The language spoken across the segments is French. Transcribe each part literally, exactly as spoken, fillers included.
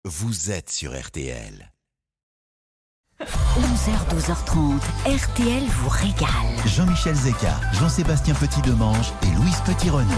vous êtes sur R T L. onze heures douze heures trente, R T L vous régale. Jean-Michel Zeka, Jean-Sébastien Petit-Demange et Louise Petit-Renaud.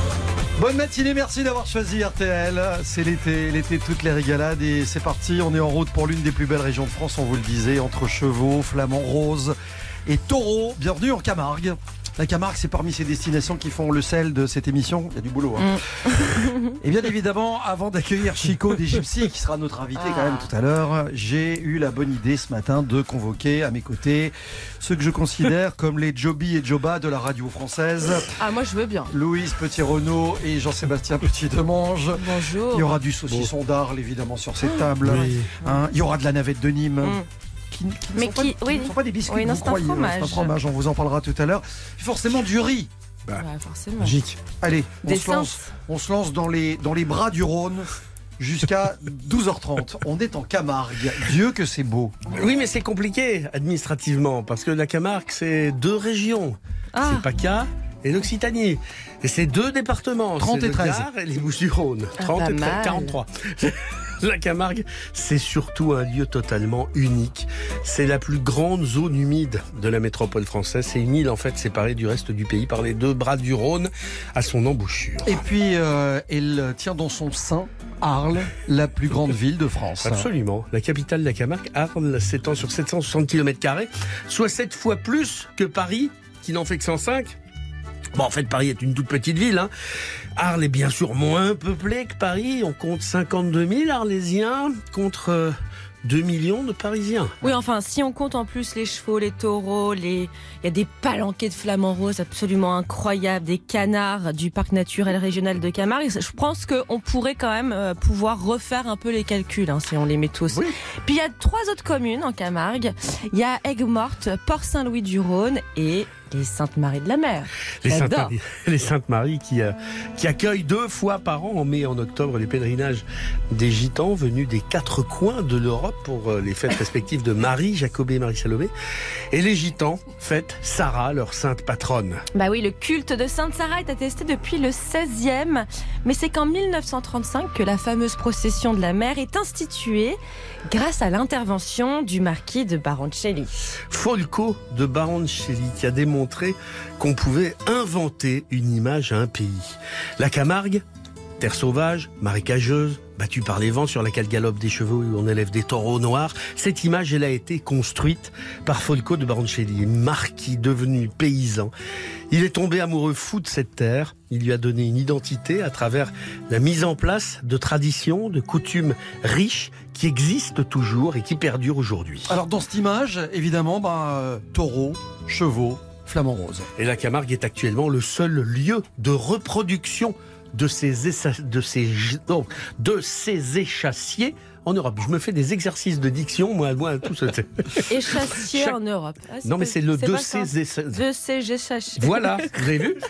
Bonne matinée, merci d'avoir choisi R T L. C'est l'été, l'été toutes les régalades et c'est parti. On est en route pour l'une des plus belles régions de France, on vous le disait, entre chevaux, flamants roses et taureaux. Bienvenue en Camargue. La Camargue, c'est parmi ces destinations qui font le sel de cette émission. Il y a du boulot. Hein. Mm. Et bien évidemment, avant d'accueillir Chico des Gypsies, qui sera notre invité ah. quand même tout à l'heure, j'ai eu la bonne idée ce matin de convoquer à mes côtés ceux que je considère comme les Joby et Joba de la radio française. Ah, moi je veux bien. Louise Petit-Renaud et Jean-Sébastien Petit-Demange. Bonjour. Il y aura du saucisson d'Arles évidemment sur cette table. Oui. Hein, il y aura de la navette de Nîmes. Mm. Qui, qui mais ne sont, qui, pas, oui. qui ne sont pas des biscuits, oui, non, vous c'est croyez, un fromage. C'est un fromage, on vous en parlera tout à l'heure. Forcément du riz. Bah, ouais, forcément. Magique. Allez, on des se, lance, on se lance dans les, dans les bras du Rhône jusqu'à douze heures trente. On est en Camargue. Dieu que c'est beau. Oui, mais c'est compliqué administrativement parce que la Camargue, c'est deux régions. Ah. C'est PACA et l'Occitanie. Et c'est deux départements. trente et treize. Et les Bouches-du-Rhône. Ah, trente et treize, quarante-trois. La Camargue, c'est surtout un lieu totalement unique. C'est la plus grande zone humide de la métropole française. C'est une île en fait séparée du reste du pays par les deux bras du Rhône à son embouchure. Et puis, euh, elle tient dans son sein Arles, la plus grande ville de France. Absolument. La capitale de la Camargue, Arles, s'étend sur sept cent soixante kilomètres carrés, soit sept fois plus que Paris, qui n'en fait que cent cinq. Bon, en fait, Paris est une toute petite ville. Hein. Arles est bien sûr moins peuplé que Paris. On compte cinquante-deux mille Arlésiens contre euh, deux millions de Parisiens. Oui, enfin, si on compte en plus les chevaux, les taureaux, les... il y a des palanquets de flamants roses absolument incroyables, des canards du parc naturel régional de Camargue. Je pense qu'on pourrait quand même euh, pouvoir refaire un peu les calculs, hein, si on les met tous. Oui. Puis il y a trois autres communes en Camargue. Il y a Aigues-Mortes, Port-Saint-Louis-du-Rhône et les Saintes-Maries de la Mer. Les Saintes-Maries, les Saintes-Maries qui, euh, qui accueillent deux fois par an, en mai et en octobre, les pèlerinages des gitans venus des quatre coins de l'Europe pour euh, les fêtes respectives de Marie, Jacobée et Marie-Salomé. Et les gitans fêtent Sarah, leur sainte patronne. Bah oui, le culte de Sainte Sarah est attesté depuis le seizième. Mais c'est qu'en mille neuf cent trente-cinq que la fameuse procession de la mer est instituée grâce à l'intervention du marquis de Baroncelli. Folco de Baroncelli qui a démontré qu'on pouvait inventer une image à un pays. La Camargue, terre sauvage, marécageuse, battue par les vents sur laquelle galopent des chevaux et où on élève des taureaux noirs. Cette image, elle a été construite par Folco de Baroncelli, marquis devenu paysan. Il est tombé amoureux fou de cette terre. Il lui a donné une identité à travers la mise en place de traditions, de coutumes riches qui existent toujours et qui perdurent aujourd'hui. Alors dans cette image, évidemment, ben, euh, taureaux, chevaux, flamants roses. Et la Camargue est actuellement le seul lieu de reproduction de ces, essa- de ces, non, de ces échassiers en Europe. Je me fais des exercices de diction, moi, moi tout ça. Échassier Chaque... en Europe. Ah, non, mais c'est le c'est de ces échassiers. De ces échassiers. Voilà, vous avez vu?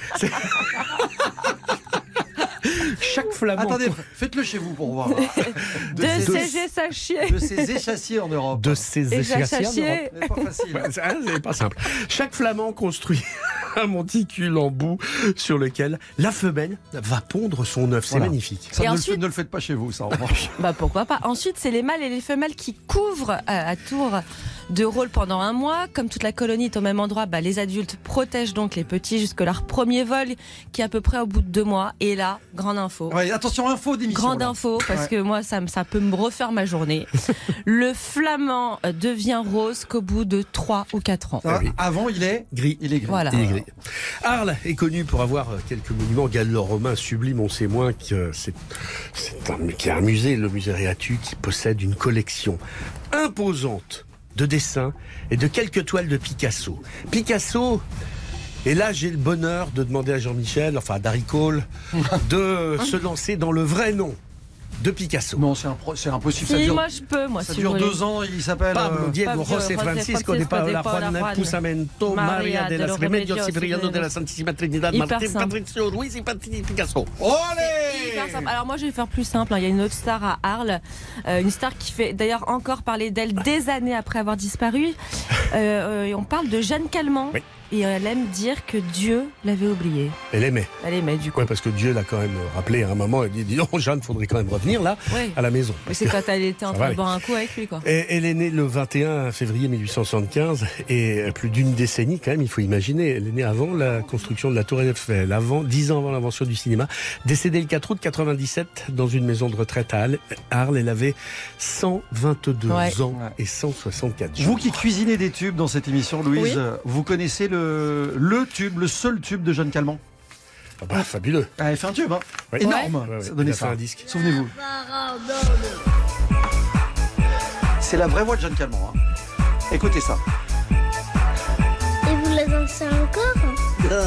Chaque flamand. Attendez, faites-le chez vous pour voir. De, de ces échassiers. De ces échassiers en Europe. De ces échassiers en Europe. C'est pas facile. C'est pas simple. Chaque flamand construit un monticule en boue sur lequel la femelle va pondre son œuf. C'est voilà. Magnifique. Ça, et ne, ensuite... le, ne le faites pas chez vous, ça en revanche. Bah pourquoi pas. Ensuite, c'est les mâles et les femelles qui couvrent à, à tour de rôle pendant un mois. Comme toute la colonie est au même endroit, bah, les adultes protègent donc les petits jusqu'à leur premier vol, qui est à peu près au bout de deux mois. Et là, grande info. Ouais, attention, info d'émission. Grande là. info, parce ouais. que moi, ça, ça peut me refaire ma journée. Le flamand devient rose qu'au bout de trois ou quatre ans. Ah oui. Avant, il est gris. Il est gris. Voilà. Il est gris. Arles est connu pour avoir quelques monuments gallo-romains sublimes. On sait moins que c'est, c'est un, qu'il y a un musée, le musée Réatu, qui possède une collection imposante de dessins et de quelques toiles de Picasso. Picasso, et là j'ai le bonheur de demander à Jean-Michel, enfin à Darry Cole, de se lancer dans le vrai nom de Picasso. Non, c'est, un pro- c'est impossible. Si, ça dure, moi je peux. Moi, ça si dure vous deux ans, il s'appelle... Pablo euh... Diego Pablo, José Francisco de Paola Juan Pusamento Maria de las Remedios Cipriano de la Santissima Trinidad Martín Patricio Ruiz et Patrick Picasso. Olé! Alors moi je vais faire plus simple, hein. Il y a une autre star à Arles, euh, une star qui fait d'ailleurs encore parler d'elle des années après avoir disparu. Euh, euh, on parle de Jeanne Calment. Oui. et elle aime dire que Dieu l'avait oubliée. Elle aimait. Elle aimait du coup. Ouais, parce que Dieu l'a quand même rappelé à un moment. Il dit, dis donc, Jeanne, faudrait quand même revenir là, Ouais. à la maison. Mais c'est quand elle était en Ça train va, de boire un coup avec lui, quoi. Et elle est née le vingt et un février mille huit cent soixante-quinze et plus d'une décennie quand même, il faut imaginer. Elle est née avant la construction de la Tour Eiffel, avant, dix ans avant l'invention du cinéma. Décédée le quatre août quatre-vingt-dix-sept dans une maison de retraite à Arles. Elle avait cent vingt-deux Ouais. ans et cent soixante-quatre jours. Vous qui cuisinez des tubes dans cette émission, Louise, Oui. vous connaissez le, le tube, le seul tube de Jeanne Calment? Ah bah, fabuleux. Ah, elle fait un tube, hein. Ouais. Énorme. Ouais, ouais, Ça il donnait a fait ça. un disque. Souvenez-vous. C'est la vraie voix de Jeanne Calment. Hein. Écoutez ça. Et vous la dansez encore?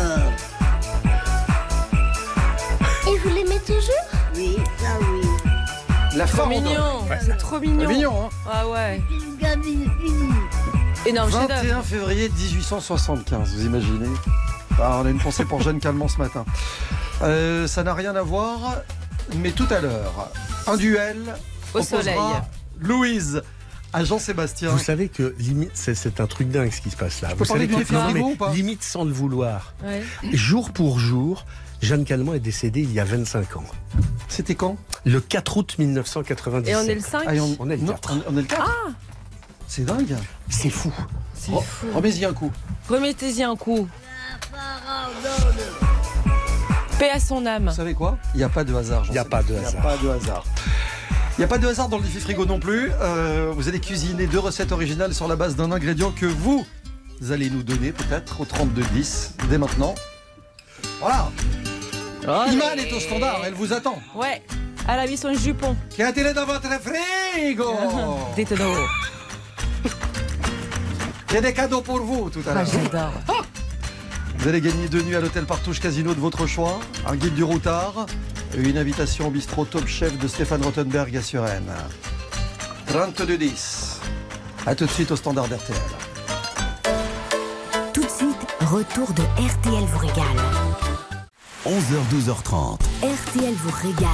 Et vous l'aimez toujours? Oui, ça oui. La Trop forme. mignon, Ouais. c'est trop mignon. C'est mignon, hein. Ah ouais. Une gamine unie. Énorme vingt et chef-d'œuvre. un février dix-huit cent soixante-quinze, vous imaginez? Ah, on a une pensée pour Jeanne Calment ce matin. Euh, ça n'a rien à voir, mais tout à l'heure, un duel Au opposera soleil. Louise à Jean-Sébastien. Vous savez que limite, c'est, c'est un truc dingue ce qui se passe là. Je Vous peux parler savez de que Clément non, mais Frigo ou pas limite sans le vouloir. Ouais. Jour pour jour, Jeanne Calment est décédée il y a vingt-cinq ans. C'était quand? Le quatre août mille neuf cent quatre-vingt-dix-sept. Et on est le cinq. Ah, et On est le non, quatre. on- on est le quatre. Ah, C'est dingue. C'est fou. c'est Re- fou. Remets-y un coup. Remettez-y un coup. Pardonne. Paix à son âme. Vous savez quoi? Il n'y a pas de hasard. Il y a pas de hasard. Il n'y a pas de hasard. Il n'y a pas de hasard dans le défi frigo non plus. Euh, vous allez cuisiner deux recettes originales sur la base d'un ingrédient que vous allez nous donner peut-être au trente-deux dix dès maintenant. Voilà. Iman est au standard, elle vous attend. Ouais. Elle a mis son jupon. Qu'est-il dans votre frigo? Dites-nous. Il y a des cadeaux pour vous tout à Ah, l'heure. j'adore. Vous allez gagner deux nuits à l'hôtel Partouche Casino de votre choix, un guide du routard et une invitation au bistrot Top Chef de Stéphane Rothenberg à Suresnes. trente-deux dix. A tout de suite au standard d'R T L. Tout de suite, retour de R T L vous régale. onze heures douze heures trente. R T L vous régale.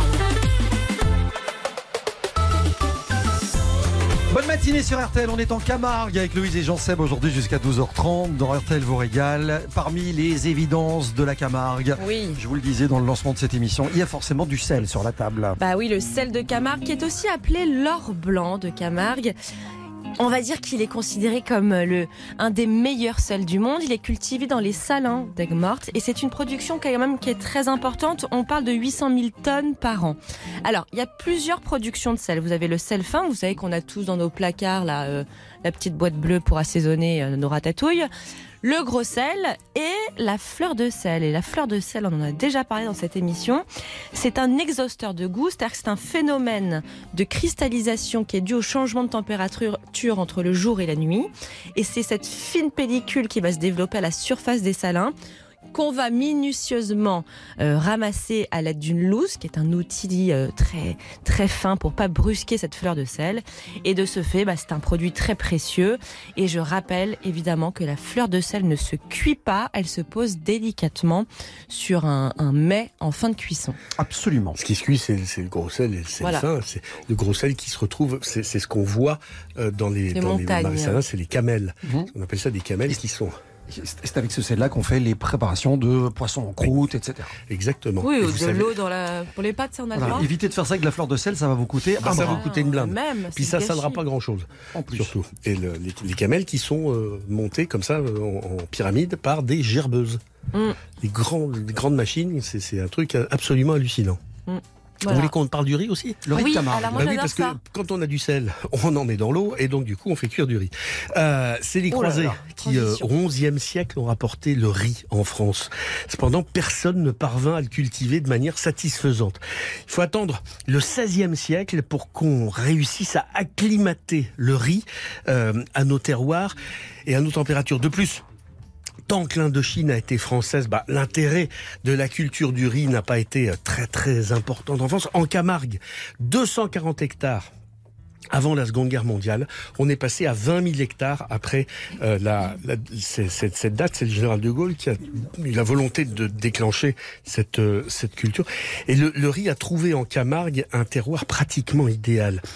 Bonne matinée sur R T L, on est en Camargue avec Louise et Jean-Seb aujourd'hui jusqu'à douze heures trente dans R T L vous régale. Parmi les évidences de la Camargue, Oui. je vous le disais dans le lancement de cette émission, il y a forcément du sel sur la table. Bah oui, le sel de Camargue qui est aussi appelé l'or blanc de Camargue. On va dire qu'il est considéré comme le, un des meilleurs sels du monde. Il est cultivé dans les salins d'Aigues-Mortes et c'est une production quand même qui est très importante. On parle de huit cent mille tonnes par an. Alors, il y a plusieurs productions de sel. Vous avez le sel fin, vous savez qu'on a tous dans nos placards là, euh, la petite boîte bleue pour assaisonner euh, nos ratatouilles. Le gros sel et la fleur de sel. Et la fleur de sel, on en a déjà parlé dans cette émission. C'est un exhausteur de goût, c'est-à-dire que c'est un phénomène de cristallisation qui est dû au changement de température entre le jour et la nuit. Et c'est cette fine pellicule qui va se développer à la surface des salins qu'on va minutieusement euh, ramasser à l'aide d'une louse, qui est un outil euh, très très fin pour pas brusquer cette fleur de sel. Et de ce fait, bah, c'est un produit très précieux. Et je rappelle évidemment que la fleur de sel ne se cuit pas, elle se pose délicatement sur un, un mets en fin de cuisson. Absolument. Ce qui se cuit, c'est, c'est le gros sel et le sel Voilà. fin. C'est le gros sel qui se retrouve, c'est, c'est ce qu'on voit euh, dans les, Les dans montagnes. les marais salins, c'est les camels. Mhm. On appelle ça des camels qui sont... C'est avec ce sel-là qu'on fait les préparations de poissons en croûte, et cetera. Exactement. Oui, Et ou vous de savez- l'eau dans la... pour les pâtes, ça on a le Voilà. droit. Évitez de faire ça avec de la fleur de sel, ça va vous coûter Bah, un ça bras. va vous coûter une blinde. Même, Puis c'est ça, du ça ne sera gâchis. pas grand-chose, En plus. surtout. Et le- les, les camels qui sont euh, montés comme ça euh, en, en pyramide par des gerbeuses. Mm. Les, grands, les grandes machines, c'est, c'est un truc absolument hallucinant. Voilà. Vous voulez qu'on parle du riz aussi? Le riz de Oui, Camargue. alors moi, Bah oui, j'adore parce que ça. quand on a du sel, on en met dans l'eau et donc du coup on fait cuire du riz. Euh, c'est les Oh là croisés là, qui euh, transition. au onzième siècle ont rapporté le riz en France. Cependant, personne ne parvint à le cultiver de manière satisfaisante. Il faut attendre le seizième siècle pour qu'on réussisse à acclimater le riz euh, à nos terroirs et à nos températures. De plus, tant que l'Indochine a été française, bah, l'intérêt de la culture du riz n'a pas été très très important en France. En Camargue, deux cent quarante hectares avant la Seconde Guerre mondiale. On est passé à vingt mille hectares après euh, la, la c'est, c'est, cette date. C'est le général de Gaulle qui a eu la volonté de déclencher cette, euh, cette culture. Et le, le riz a trouvé en Camargue un terroir pratiquement idéal.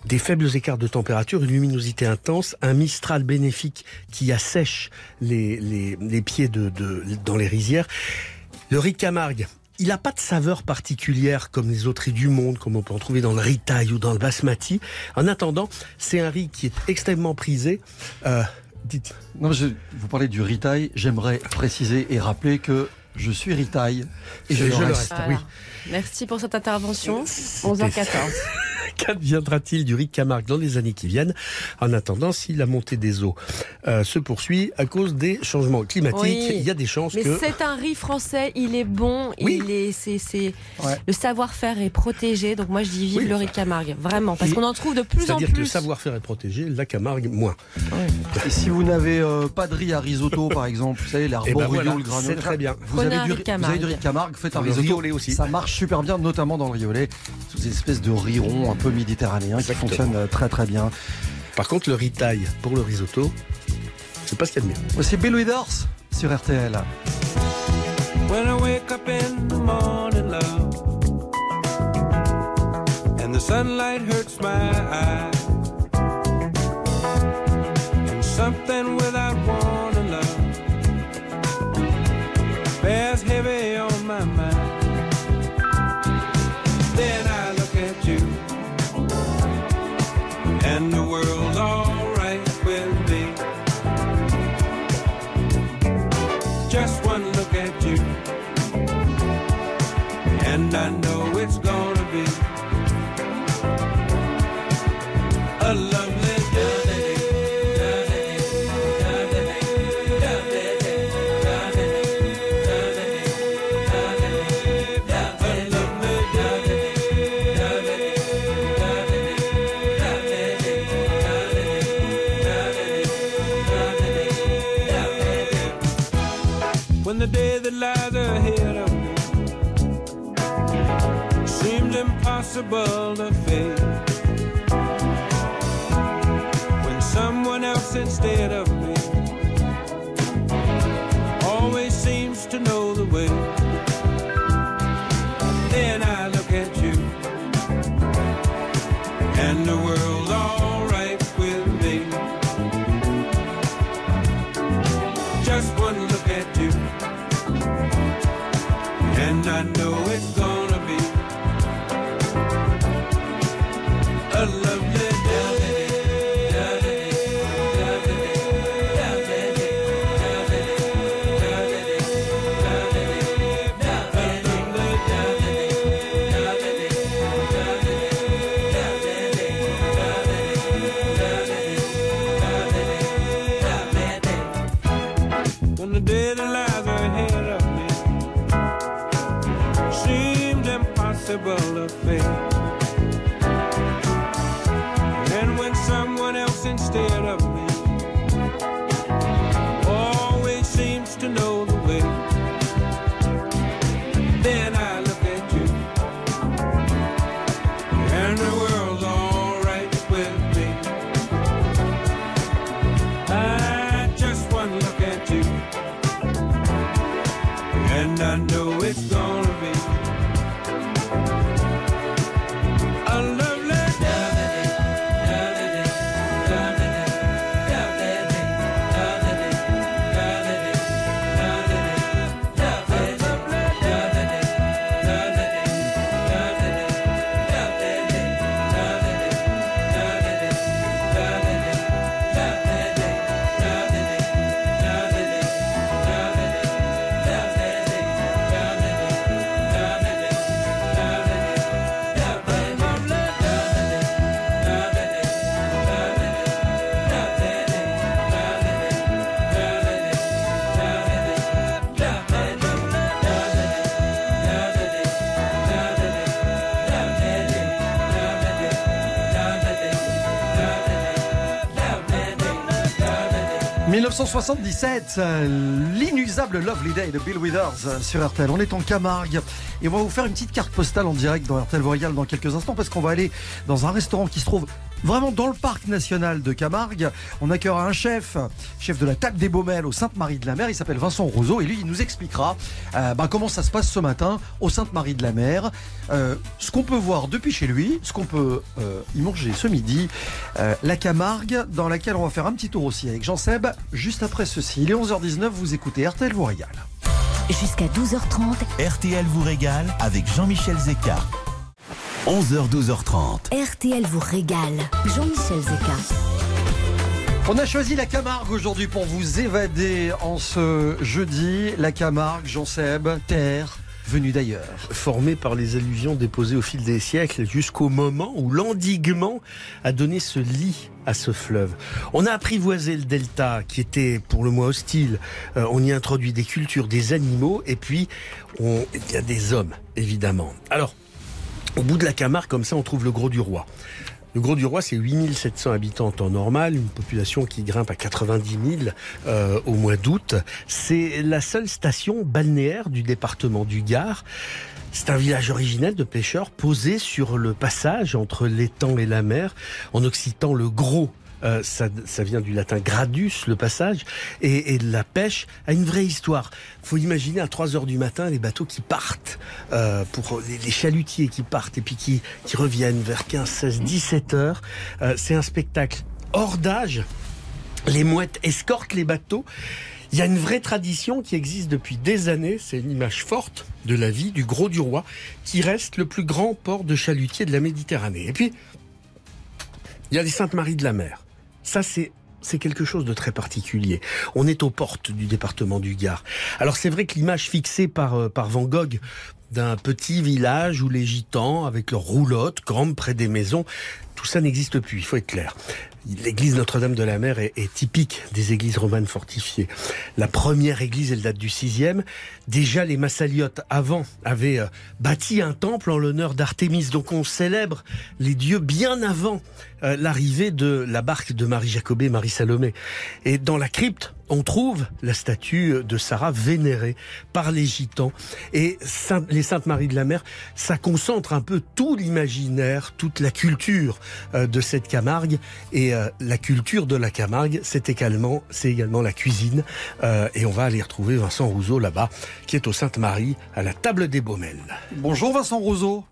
des faibles écarts de température, une luminosité intense, un mistral bénéfique qui assèche les, les, les pieds de, de, dans les rizières. Le riz de Camargue, il n'a pas de saveur particulière comme les autres riz du monde, comme on peut en trouver dans le riz thaï ou dans le basmati. En attendant, c'est un riz qui est extrêmement prisé. Euh, dites. Non, je, vous parlez du riz thaï, j'aimerais préciser et rappeler que je suis riz thaï et je, Et le je le reste. reste. Voilà. Oui. Merci pour cette intervention. onze heures quatorze. Qu'adviendra-t-il du riz de Camargue dans les années qui viennent? En attendant, si la montée des eaux euh, se poursuit à cause des changements climatiques, Oui. il y a des chances Mais que... c'est un riz français, il est bon, Oui. il est, c'est, c'est, Ouais. le savoir-faire est protégé. Donc moi je dis vive Oui. le riz de Camargue, vraiment, parce Et qu'on en trouve de plus en C'est-à-dire que le plus. savoir-faire est protégé, la Camargue moins. Et si vous n'avez euh, pas de riz à risotto, par exemple, vous savez, l'arbor, Eh ben rio, voilà, le granola, c'est très bien. Vous Prenez avez, un du, riz de vous avez du riz de Camargue. Camargue, faites un Le risotto. riolet aussi. Ça marche super bien, notamment dans le riolet. Ces espèces de riz rond un peu méditerranéen qui Exactement. fonctionnent euh, très très bien. Par contre, le riz thaï pour le risotto, c'est pas ce qu'il y a de mieux. C'est Bill Withers sur R T L. When I wake up in the morning, love, and the sunlight hurts my eyes, and something without warning, love, bears heavy on my mind. Then I look at you, and the world's alright with me. Just one look at you, and I know it's gonna be a lovely day. When the day that lies ahead of me seems impossible to face, when someone else instead of me always seems to know the way, then I look at you, and the world's alright with me. Just one look at you, and I know it's gonna be a lovely when the day that lies ahead of me seems impossible to face, and when someone else instead of me always seems to know the way, then I look at you, and the world's alright with me. I just one look at you, and I know it's gonna be a lovely day. dix-neuf cent soixante-dix-sept, l'inusable Lovely Day de Bill Withers sur R T L. On est en Camargue et on va vous faire une petite carte postale en direct dans R T L vous régale dans quelques instants parce qu'on va aller dans un restaurant qui se trouve vraiment dans le parc national de Camargue. On accueillera un chef, chef de la table des Baumelles au Sainte-Marie-de-la-Mer. Il s'appelle Vincent Roseau et lui, il nous expliquera euh, bah, comment ça se passe ce matin au Sainte-Marie-de-la-Mer. Euh, ce qu'on peut voir depuis chez lui, ce qu'on peut euh, y manger ce midi. Euh, la Camargue, dans laquelle on va faire un petit tour aussi avec Jean-Seb, juste après ceci. Il est onze heures dix-neuf, vous écoutez R T L vous régale. Jusqu'à douze heures trente, R T L vous régale avec Jean-Michel Zeka. onze heures douze heures trente. R T L vous régale. Jean-Michel Zeka. On a choisi la Camargue aujourd'hui pour vous évader en ce jeudi. La Camargue, Jean-Seb, terre venue d'ailleurs. Formée par les alluvions déposées au fil des siècles jusqu'au moment où l'endiguement a donné ce lit à ce fleuve. On a apprivoisé le delta qui était pour le moins hostile. Euh, on y a introduit des cultures, des animaux et puis on... il y a des hommes évidemment. Alors, au bout de la Camargue, comme ça, on trouve le Grau-du-Roi. Le Grau-du-Roi, c'est huit mille sept cents habitants en temps normal, une population qui grimpe à quatre-vingt-dix mille euh, au mois d'août. C'est la seule station balnéaire du département du Gard. C'est un village originel de pêcheurs posé sur le passage entre l'étang et la mer. En occitan, le Gros. Euh, ça, ça vient du latin gradus, le passage, et, et la pêche a une vraie histoire. Faut imaginer à trois heures du matin les bateaux qui partent, euh, pour les, les chalutiers qui partent et puis qui, qui reviennent vers quinze, seize, dix-sept heures. Euh, c'est un spectacle hors d'âge. Les mouettes escortent les bateaux. Il y a une vraie tradition qui existe depuis des années. C'est une image forte de la vie du Grau-du-Roi, qui reste le plus grand port de chalutiers de la Méditerranée. Et puis, il y a les Sainte-Marie-de-la-Mer. Ça, c'est, c'est quelque chose de très particulier. On est aux portes du département du Gard. Alors, c'est vrai que l'image fixée par, euh, par Van Gogh d'un petit village où les gitans, avec leurs roulottes, campent près des maisons, tout ça n'existe plus, il faut être clair. L'église Notre-Dame-de-la-Mer est, est typique des églises romanes fortifiées. La première église, elle date du sixième. Déjà, les Massaliotes, avant, avaient euh, bâti un temple en l'honneur d'Artémis. Donc, on célèbre les dieux bien avant euh, l'arrivée de la barque de Marie Jacobée, Marie Salomé. Et dans la crypte, on trouve la statue de Sarah vénérée par les gitans. Et Saint, les Saintes-Marie-de-la-Mer, ça concentre un peu tout l'imaginaire, toute la culture euh, de cette Camargue. Et euh, la culture de la Camargue, c'est également, c'est également la cuisine. Euh, et on va aller retrouver Vincent Roseau là-bas, qui est au Sainte-Marie, à la table des Baumelles. Bonjour Vincent Roseau.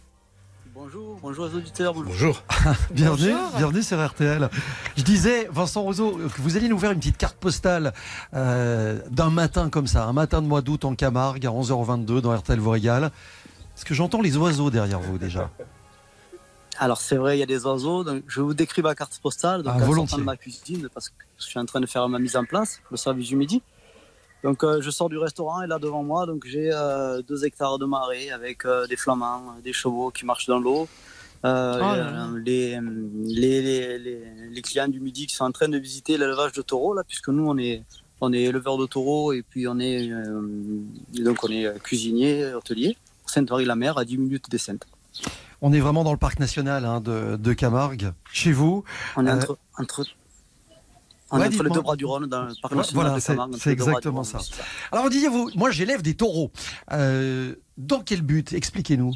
Bonjour, bonjour aux auditeurs. Bonjour. Bonjour. bienvenue, Bonjour. bienvenue sur R T L. Je disais, Vincent Roseau, que vous alliez nous faire une petite carte postale euh, d'un matin comme ça, un matin de mois d'août en Camargue, à onze heures vingt-deux dans R T L vous régale. Est-ce que j'entends les oiseaux derrière vous déjà? Alors c'est vrai, il y a des oiseaux. Donc je vous décris ma carte postale. Donc Ah, en volontiers. sortant de ma cuisine, parce que je suis en train de faire ma mise en place, le service du midi. Donc euh, je sors du restaurant et là devant moi, donc j'ai euh, deux hectares de marais avec euh, des flamands, des chevaux qui marchent dans l'eau. Euh, Oh là là. les, les, les, les, les clients du midi qui sont en train de visiter l'élevage de taureaux là, puisque nous on est on est éleveurs de taureaux et puis on est euh, donc on est cuisinier, hôtelier. Sainte-Marie-la-Mer à dix minutes des Saintes. On est vraiment dans le parc national hein, de, de Camargue, chez vous. On est Euh, entre, entre, on ouais, est entre les dites-moi. deux bras du Rhône dans le parc Ouais, national voilà, de c'est- Camargue. entre c'est les deux bras du exactement Rhône, ça. c'est Alors disiez-vous, moi j'élève des taureaux. Euh, dans quel but? Expliquez-nous.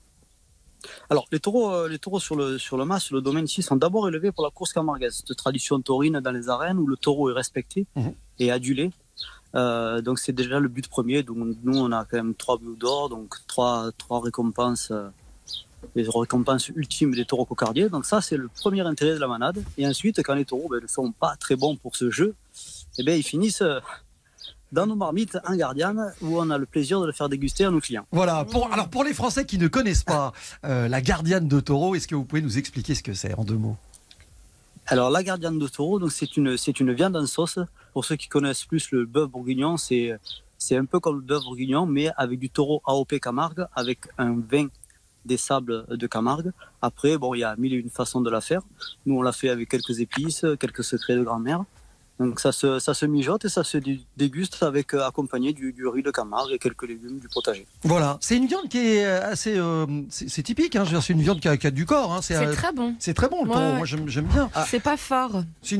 Alors les taureaux, euh, les taureaux sur le sur le mas, sur le domaine ici, sont d'abord élevés pour la course camarguaise, cette tradition taurine dans les arènes où le taureau est respecté Mhm. et adulé. Euh, donc c'est déjà le but premier. Donc nous on a quand même trois bouts d'or, donc trois trois récompenses, euh, les récompenses ultimes des taureaux cocardiers. Donc ça c'est le premier intérêt de la manade. Et ensuite quand les taureaux ben, ne sont pas très bons pour ce jeu, eh ben ils finissent euh, dans nos marmites en gardienne où on a le plaisir de le faire déguster à nos clients. Voilà. Pour, alors pour les Français qui ne connaissent pas euh, la gardienne de taureau, est-ce que vous pouvez nous expliquer ce que c'est en deux mots? Alors la gardienne de taureau, donc c'est une c'est une viande en sauce. Pour ceux qui connaissent plus le bœuf bourguignon, c'est c'est un peu comme le bœuf bourguignon, mais avec du taureau A O P Camargue, avec un vin des sables de Camargue. Après, bon, il y a mille et une façons de la faire. Nous, on l'a fait avec quelques épices, quelques secrets de grand-mère. Donc ça se ça se mijote et ça se dé- déguste avec euh, accompagné du, du riz de Camargue et quelques légumes du potager. Voilà. C'est une viande qui est assez, euh, c'est, c'est typique. Hein. Je veux dire, c'est une viande qui a, qui a du corps. Hein. C'est euh, très bon. c'est très bon le Ouais, taureau. ouais. Moi j'aime, j'aime bien. C'est pas fort. C'est une-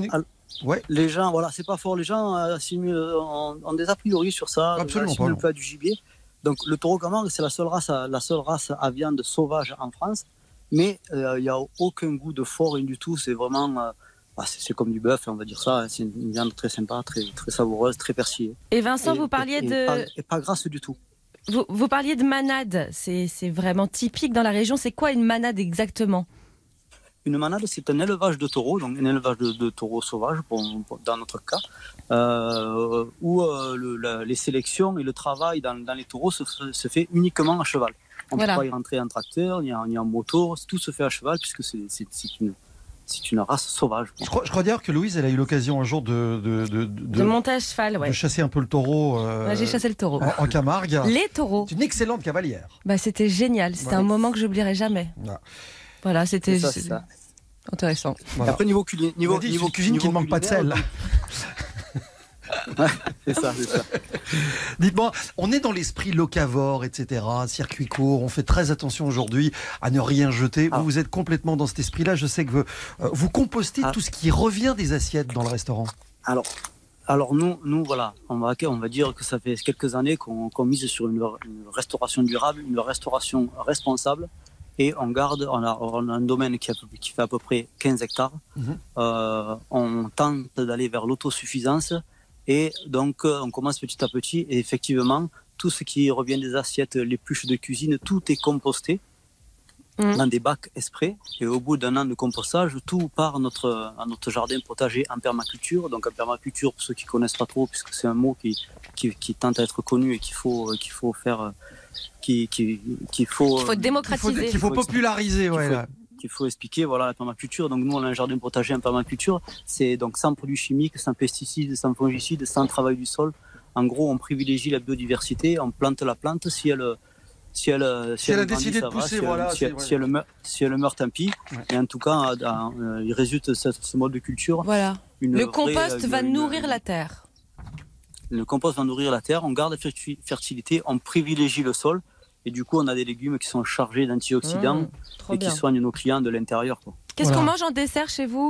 Ouais. Les gens, voilà, c'est pas fort. Les gens euh, assimilent, euh, ont, ont des a priori sur ça. Absolument assimilent pas, le plat du gibier. Donc le taureau Camargue, c'est la seule race, à, la seule race à viande sauvage en France. Mais il euh, n'y a aucun goût de fort, rien du tout. C'est vraiment, euh, bah, c'est, c'est comme du bœuf, on va dire ça. C'est une viande très sympa, très, très savoureuse, très persillée. Et Vincent, et, vous parliez et, de... Et pas, et pas grasse du tout. Vous, vous parliez de manade. C'est, c'est vraiment typique dans la région. C'est quoi une manade exactement ? Une manade, c'est un élevage de taureaux, donc un élevage de, de taureaux sauvages, pour, pour, dans notre cas, euh, où euh, le, la, les sélections et le travail dans, dans les taureaux se, se fait uniquement à cheval. On ne voilà. peut pas y rentrer en tracteur, ni en, ni en moto, tout se fait à cheval, puisque c'est, c'est, c'est, une, c'est une race sauvage. Je crois, je crois d'ailleurs que Louise, elle a eu l'occasion un jour de... De, de, de, de monter à cheval, ouais. De chasser un peu le taureau. Euh, ouais, j'ai chassé le taureau. En, en Camargue. Les taureaux. C'est une excellente cavalière. Bah, c'était génial, c'était ouais. un moment que je n'oublierai jamais. Ah. Voilà, c'était... C'est ça, c'est ça. Intéressant. Voilà. Après, niveau, culi- niveau, dit, niveau cuisine qui ne manque pas de sel. Ouais, c'est ça, c'est ça. Dites-moi, on est dans l'esprit locavore, et cetera, circuit court, on fait très attention aujourd'hui à ne rien jeter. Ah. Vous, vous êtes complètement dans cet esprit-là. Je sais que vous, euh, vous compostez ah. tout ce qui revient des assiettes dans le restaurant. Alors, alors nous, nous voilà, on va, on va dire que ça fait quelques années qu'on, qu'on mise sur une, une restauration durable, une restauration responsable. Et on garde, on a, on a un domaine qui, a, qui fait à peu près quinze hectares. Mmh. Euh, on tente d'aller vers l'autosuffisance. Et donc, on commence petit à petit. Et effectivement, tout ce qui revient des assiettes, les pluches de cuisine, tout est composté mmh. dans des bacs exprès. Et au bout d'un an de compostage, tout part à notre, à notre jardin potager en permaculture. Donc, en permaculture, pour ceux qui ne connaissent pas trop, puisque c'est un mot qui, qui, qui tente à être connu et qu'il faut, qu'il faut faire... Qu'il, qu'il, qu'il faut, qu'il faut démocratiser, qu'il faut, qu'il faut populariser, ouais, qu'il, faut, qu'il faut expliquer, voilà, la permaculture. Donc nous, on a un jardin potager en permaculture, c'est donc sans produits chimiques, sans pesticides, sans fongicides, sans travail du sol. En gros, on privilégie la biodiversité, on plante la plante, si elle, si elle, si, si elle, elle a grandit, décidé de va, pousser, si voilà, elle, si, elle, si, elle meurt, si elle meurt, tant pis. Ouais. Et en tout cas, euh, il résulte ce, ce mode de culture. Voilà. Une Le vraie, compost une, va une, nourrir une, la terre. Le compost va nourrir la terre, on garde la fertilité, on privilégie le sol. Et du coup, on a des légumes qui sont chargés d'antioxydants mmh, et bien. qui soignent nos clients de l'intérieur. Quoi. Qu'est-ce voilà. qu'on mange en dessert chez vous ?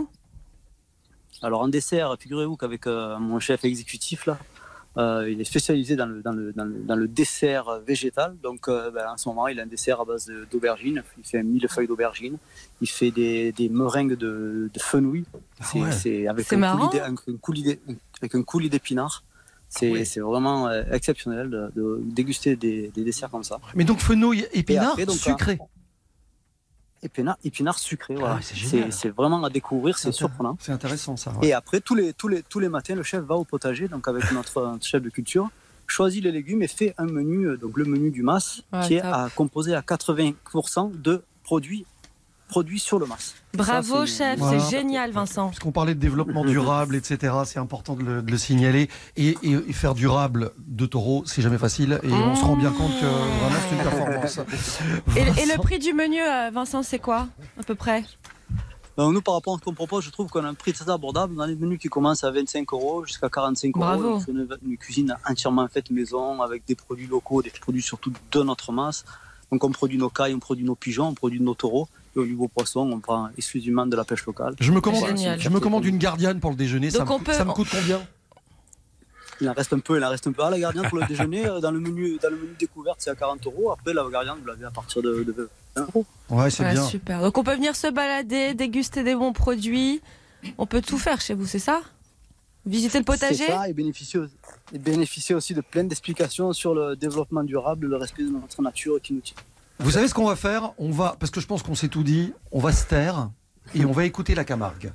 Alors en dessert, figurez-vous qu'avec euh, mon chef exécutif, là, euh, il est spécialisé dans le, dans le, dans le, dans le dessert végétal. Donc euh, ben, en ce moment, il a un dessert à base d'aubergine. Il fait un millefeuille d'aubergine. Il fait des, des meringues de, de fenouil. C'est, ouais. c'est avec, c'est un marrant. Coulis, un, un coulis, avec un coulis d'épinards. C'est, oui. c'est vraiment euh, exceptionnel de, de déguster des, des desserts comme ça. Mais donc fenouil, épinards, après, donc, sucré. Épinards, épinards sucrés, voilà. Ah, c'est, c'est, c'est vraiment à découvrir, c'est, c'est surprenant. C'est intéressant ça. Ouais. Et après, tous les, tous, les, tous les matins, le chef va au potager, donc avec notre, notre chef de culture, choisit les légumes et fait un menu, donc le menu du mas, ah, qui top. est à, composé à quatre-vingts pour cent de produits produits sur le mas. Bravo, ça, chef, voilà. C'est génial, Vincent. Puisqu'on parlait de développement durable, et cetera, c'est important de le, de le signaler. Et, et, et faire durable de taureau, c'est jamais facile. Et mmh. on se rend bien compte que vraiment, c'est une performance. Et, et le prix du menu, Vincent, c'est quoi, à peu près ? Donc nous, par rapport à ce qu'on propose, je trouve qu'on a un prix très abordable. On a des menus qui commencent à vingt-cinq euros jusqu'à quarante-cinq euros. Bravo. On fait une, une cuisine entièrement faite maison, avec des produits locaux, des produits surtout de notre masse. Donc on produit nos cailles, on produit nos pigeons, on produit nos taureaux. Et au niveau poisson, on prend exclusivement de la pêche locale. Je me commande, je me commande une gardienne pour le déjeuner. Ça me, peut, ça me coûte combien ? Il en reste un peu, il en reste un peu. Ah, la gardienne pour le déjeuner, dans le menu, dans le menu découverte, c'est à quarante euros. Après, la gardienne, vous l'avez à partir de, de vingt euros. Ouais, c'est ouais, bien. Super. Donc on peut venir se balader, déguster des bons produits. On peut tout faire chez vous, c'est ça ? Visiter le potager ? C'est ça, et bénéficier, et bénéficier aussi de plein d'explications sur le développement durable, le respect de notre nature qui nous tient. Vous savez ce qu'on va faire ? On va, parce que je pense qu'on s'est tout dit, on va se taire et on va écouter la Camargue.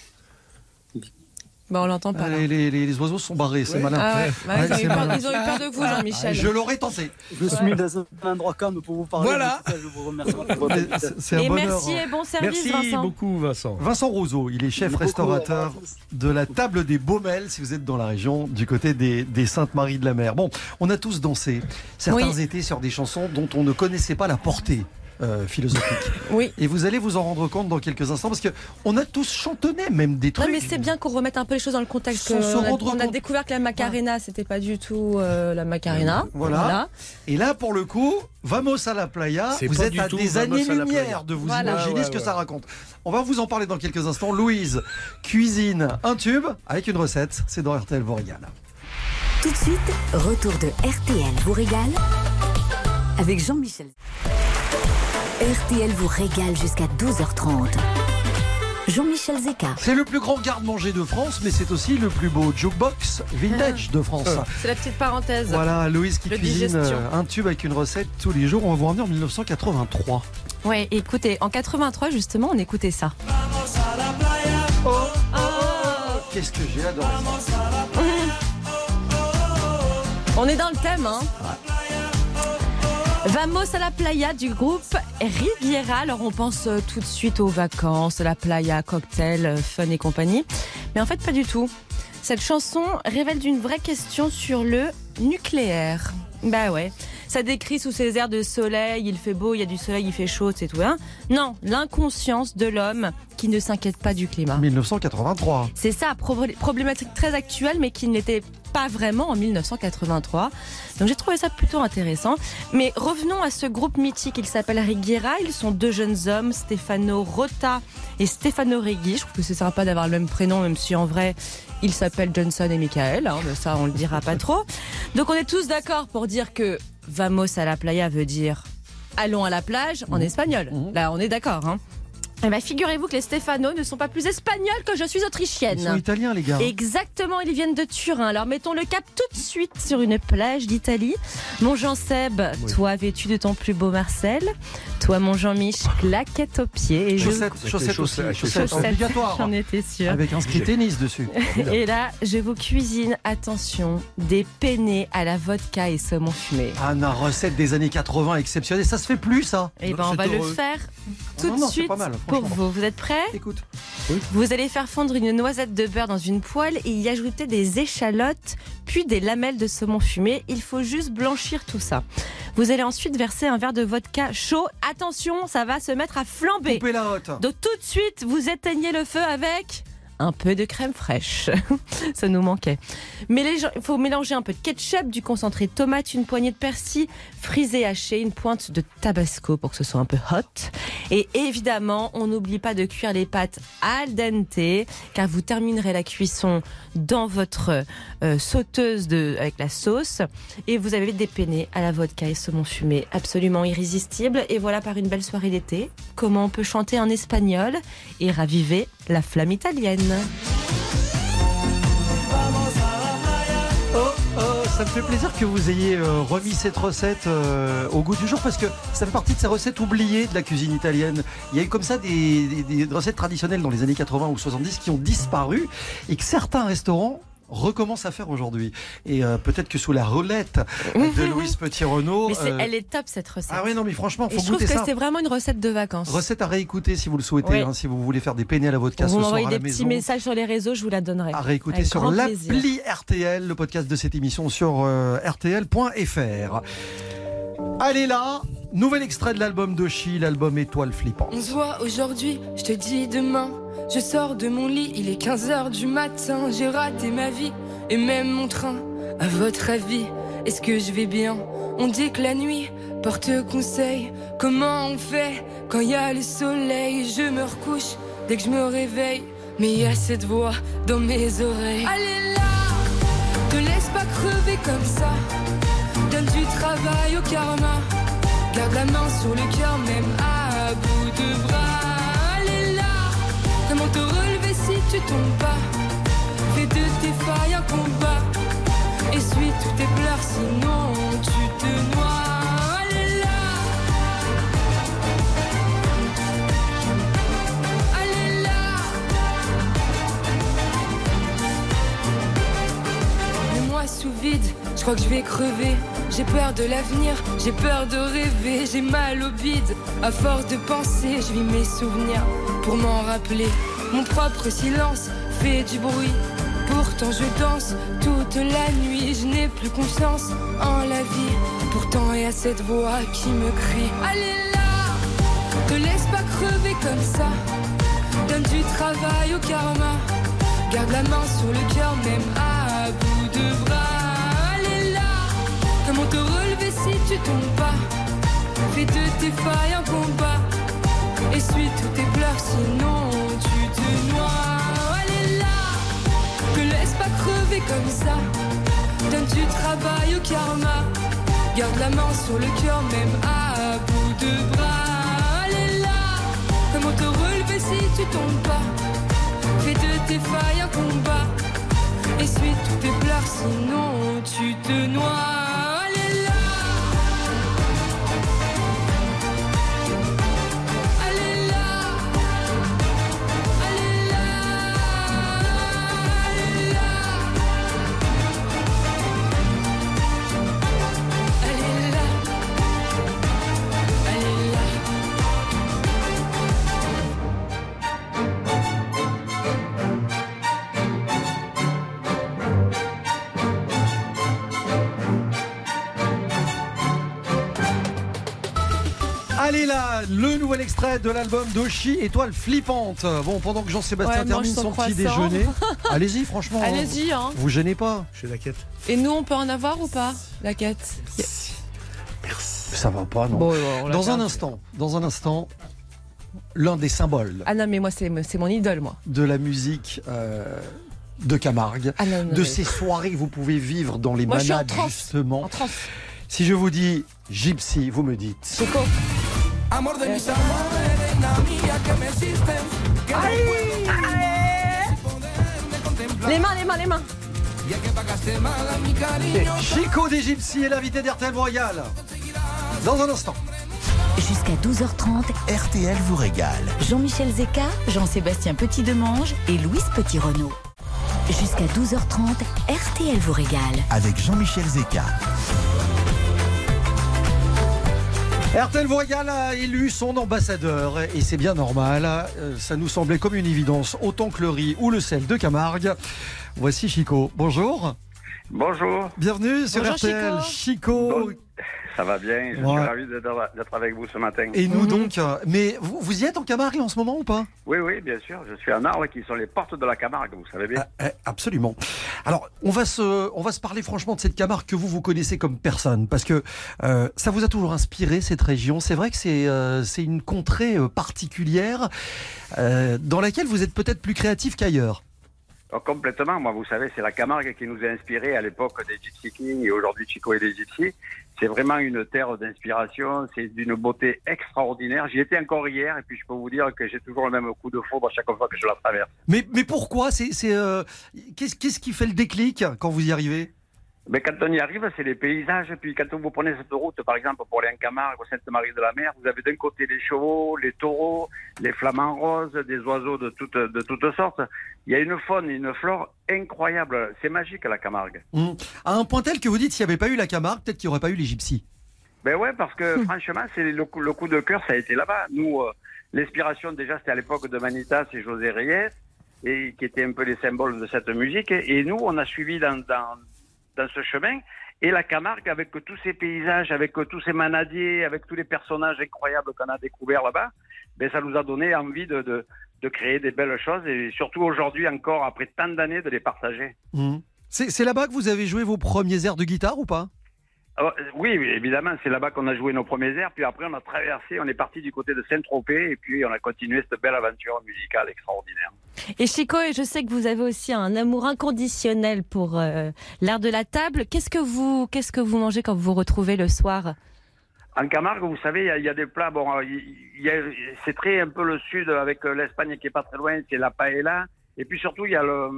Bah on l'entend pas. Les, les, les, les oiseaux sont barrés, c'est ouais. malin. Ah ouais. Bah, ouais, ils, ont eu peur, ils ont eu peur de vous, Jean-Michel. Je l'aurais tenté. Je me suis mis dans un endroit calme pour vous parler. Voilà. Ça, je vous remercie. C'est, c'est un et bonheur. merci et bon service, merci Vincent. Merci beaucoup, Vincent. Vincent Roseau, il est chef merci restaurateur beaucoup, de la table des Baumelles, si vous êtes dans la région du côté des, des Saintes-Maries-de-la-Mer. Bon, on a tous dansé. Certains oui. étaient sur des chansons dont on ne connaissait pas la portée. euh, philosophique. Oui. Et vous allez vous en rendre compte dans quelques instants, parce qu'on a tous chantonné même des trucs. Non, mais c'est bien qu'on remette un peu les choses dans le contexte. Sans se on, a, rendre on a compte. découvert que la Macarena, c'était pas du tout euh, la Macarena. Voilà. Voilà. Et là, pour le coup, Vamos à la playa, C'est vous pas êtes du à tout des Vamos à la années-lumière playa. de vous Voilà. imaginer Ouais, ce que ouais, ça raconte. On va vous en parler dans quelques instants. Louise cuisine un tube avec une recette. C'est dans R T L vous régale. Tout de suite, retour de R T L vous régale avec Jean-Michel. R T L vous régale jusqu'à douze heures trente. Jean-Michel Zeka. C'est le plus grand garde-manger de France, mais c'est aussi le plus beau jukebox vintage de France. C'est la petite parenthèse. Voilà, Louise qui Le cuisine digestion. euh, un tube avec une recette tous les jours. On va vous ramener en mille neuf cent quatre-vingt-trois. Ouais, écoutez, en quatre-vingt-trois, justement, on écoutait ça. Oh, oh, oh, oh. Qu'est-ce que j'ai adoré ça. On est dans le thème, hein. Vamos à la playa du groupe Riviera. Alors on pense euh, tout de suite aux vacances, la playa, cocktail, euh, fun et compagnie. Mais en fait pas du tout. Cette chanson révèle une vraie question sur le nucléaire. Bah ouais. Ça décrit sous ces airs de soleil, il fait beau, il y a du soleil, il fait chaud, c'est tout. Hein non, l'inconscience de l'homme qui ne s'inquiète pas du climat. mille neuf cent quatre-vingt-trois. C'est ça, pro- problématique très actuelle, mais qui n'était pas vraiment en mille neuf cent quatre-vingt-trois. Donc j'ai trouvé ça plutôt intéressant. Mais revenons à ce groupe mythique, il s'appelle Riviera. Ils sont deux jeunes hommes, Stefano Rota et Stefano Reggi. Je trouve que c'est sympa d'avoir le même prénom, même si en vrai, ils s'appellent Johnson et Michael. Hein, mais ça, on le dira pas trop. Donc on est tous d'accord pour dire que Vamos à la playa veut dire allons à la plage en espagnol. Là, on est d'accord, hein. Eh ben, figurez-vous que les Stefano ne sont pas plus espagnols que je suis autrichienne. Ils sont italiens, les gars. Exactement, ils viennent de Turin. Alors mettons le cap tout de suite sur une plage d'Italie. Mon Jean-Seb, Oui. toi vêtu de ton plus beau Marcel. Toi, mon Jean-Mich, claquette aux pieds. Et je... Chaussettes, chaussettes aussi. chaussettes, Chaussettes Chaussettes, obligatoires. j'en étais sûre. Avec inscrit tennis dessus. Et là, je vous cuisine, attention, des penne à la vodka et saumon fumé. Ah, une recette des années quatre-vingts exceptionnelle. Ça se fait plus, ça. Et ben, on c'est va le heureux. faire tout Non, de non, c'est suite pas mal, pour franchement. vous. Vous êtes prêts ? Écoute. Vous allez faire fondre une noisette de beurre dans une poêle et y ajouter des échalotes, puis des lamelles de saumon fumé. Il faut juste blanchir tout ça. Vous allez ensuite verser un verre de vodka chaud. Attention, ça va se mettre à flamber. Coupez la hotte. Donc tout de suite, vous éteignez le feu avec un peu de crème fraîche. Ça nous manquait. Mais il faut mélanger un peu de ketchup, du concentré de tomate, une poignée de persil, frisé haché, une pointe de tabasco pour que ce soit un peu hot. Et évidemment, on n'oublie pas de cuire les pâtes al dente, car vous terminerez la cuisson dans votre euh, sauteuse de, avec la sauce. Et vous avez des penne à la vodka et saumon fumé absolument irrésistibles. Et voilà, par une belle soirée d'été, comment on peut chanter en espagnol et raviver la flamme italienne. Oh, oh, ça me fait plaisir que vous ayez euh, remis cette recette euh, au goût du jour, parce que ça fait partie de ces recettes oubliées de la cuisine italienne. Il y a eu comme ça des, des, des recettes traditionnelles dans les années quatre-vingts ou soixante-dix qui ont disparu et que certains restaurants recommence à faire aujourd'hui. Et euh, peut-être que sous la roulette de Louise Petit-Renaud. Mais c'est, euh, elle est top cette recette. Ah oui, non, mais franchement, Et faut je trouve goûter que ça. c'est vraiment une recette de vacances. Recette à réécouter si vous le souhaitez, Oui. hein, si vous voulez faire des penne à la vodka Vous ce soir m'envoyez à des la petits maison. messages sur les réseaux, je vous la donnerai. À réécouter Avec sur grand plaisir. l'appli R T L, le podcast de cette émission sur euh, R T L point F R. Allez là, nouvel extrait de l'album de Chi, l'album Étoile Flippant. On se voit aujourd'hui, je te dis demain. Je sors de mon lit, il est quinze heures du matin. J'ai raté ma vie et même mon train. À votre avis, est-ce que je vais bien? On dit que la nuit porte conseil. Comment on fait quand il y a le soleil? Je me recouche dès que je me réveille, mais il y a cette voix dans mes oreilles. Allez là, te laisse pas crever comme ça. Donne du travail au karma. Garde la main sur le cœur, même à bout de bras. Allez là, comment te relever si tu tombes pas? Fais de tes failles un combat. Essuie tous tes pleurs, sinon tu te noies. Allez là, allez là. Le mois sous vide, je crois que je vais crever. J'ai peur de l'avenir, j'ai peur de rêver. J'ai mal au bide, à force de penser. Je vis mes souvenirs pour m'en rappeler. Mon propre silence fait du bruit. Pourtant je danse toute la nuit. Je n'ai plus confiance en la vie. Pourtant il y a cette voix qui me crie. Allez là, Te laisse pas crever comme ça. Donne du travail au karma. Garde la main sur le cœur, même à bout de bras. Elle est là. Comment te relever si tu tombes pas? Fais de tes failles un combat. Essuie tous tes pleurs, sinon tu te noies. Elle est là. Te laisse pas crever comme ça. Donne du travail au karma. Garde la main sur le cœur, même à bout de bras. Elle est là. Comment te relever si tu tombes pas? Fais de tes failles un combat. Essuie tous tes pleurs, sinon tu te noies. Elle est là. Elle est là. Elle est là. Elle est là. Elle est là. Elle est là. Allez là, le nouvel extrait de l'album d'Oshi, Étoile flippante. Bon, pendant que Jean-Sébastien Ouais, termine mange son son petit croissant. déjeuner, allez-y, franchement. Allez-y, hein. Vous gênez pas. Je la quête. Et nous, on peut en avoir ou pas, la quête? Ça va pas, non. Bon, on la Dans un garde. instant, dans un instant, l'un des symboles Ah non, mais moi, c'est c'est mon idole, moi. de la musique euh, de Camargue, Ah non, non, de mais- ces soirées que vous pouvez vivre dans les Moi, je suis en manades, transe. justement. En transe. Si je vous dis Gypsy, vous me dites. Chico. Amor de mis amores, reina mía que me hiciste, que no puedo Les mains, les mains, les mains. ya que pagaste mal a mi cariño. Chico des Gypsy est l'invité d'R T L Royal. Dans un instant. Jusqu'à douze heures trente, R T L vous régale. Jean-Michel Zeka, Jean-Sébastien Petit-Demange et Louise Petit-Renaud. Jusqu'à douze heures trente, R T L vous régale. Avec Jean-Michel Zeka. R T L Royal a élu son ambassadeur et c'est bien normal. Euh, Ça nous semblait comme une évidence, autant que le riz ou le sel de Camargue. Voici Chico. Bonjour. Bonjour. Bienvenue sur Bonjour, R T L. Chico. Bon, ça va bien, je Ouais. suis ravi d'être d'être avec vous ce matin. Et nous Mhm. donc. euh, Mais vous, vous y êtes en Camargue en ce moment ou pas? Oui, oui, bien sûr, je suis à Arles qui sont les portes de la Camargue, vous savez bien. Ah, eh, Absolument. Alors, on va se, on va se parler franchement de cette Camargue que vous vous connaissez comme personne, parce que euh, ça vous a toujours inspiré cette région. C'est vrai que c'est, euh, c'est une contrée euh, particulière euh, dans laquelle vous êtes peut-être plus créatif qu'ailleurs. Oh, complètement, moi vous savez, c'est la Camargue qui nous a inspirés à l'époque des Gypsy Kings et aujourd'hui Chico et les Gypsy. C'est vraiment une terre d'inspiration, c'est d'une beauté extraordinaire. J'y étais encore hier et puis je peux vous dire que j'ai toujours le même coup de foudre à chaque fois que je la traverse. Mais, mais pourquoi c'est, c'est, euh, qu'est-ce, qu'est-ce qui fait le déclic quand vous y arrivez? Mais quand on y arrive, c'est les paysages. Puis quand vous prenez cette route, par exemple, pour aller en Camargue, au Sainte-Marie-de-la-Mer, vous avez d'un côté les chevaux, les taureaux, les flamants roses, des oiseaux de toutes, de toutes sortes. Il y a une faune et une flore incroyables. C'est magique, la Camargue. Mmh. À un point tel que vous dites, s'il n'y avait pas eu la Camargue, peut-être qu'il n'y aurait pas eu les Gypsy. Ben ouais, parce que franchement, c'est le coup, le coup de cœur, ça a été là-bas. Nous, euh, l'inspiration, déjà, c'était à l'époque de Manitas et José Reyes, et qui étaient un peu les symboles de cette musique. Et nous, on a suivi dans... dans dans ce chemin, et la Camargue avec tous ces paysages, avec tous ces manadiers, avec tous les personnages incroyables qu'on a découverts là-bas, ben ça nous a donné envie de, de, de créer des belles choses, et surtout aujourd'hui encore, après tant d'années, de les partager. Mmh. C'est, c'est là-bas que vous avez joué vos premiers airs de guitare ou pas? Alors, oui, oui, évidemment, c'est là-bas qu'on a joué nos premiers airs, puis après on a traversé, on est parti du côté de Saint-Tropez, et puis on a continué cette belle aventure musicale extraordinaire. Et Chico, et je sais que vous avez aussi un amour inconditionnel pour euh, l'art de la table. Qu'est-ce que vous, qu'est-ce que vous mangez quand vous vous retrouvez le soir? En Camargue, vous savez, il y, y a des plats, bon, il y a, c'est très un peu le sud avec l'Espagne qui est pas très loin, c'est la paella, et puis surtout il y a le...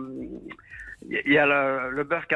Il y a le, le bœuf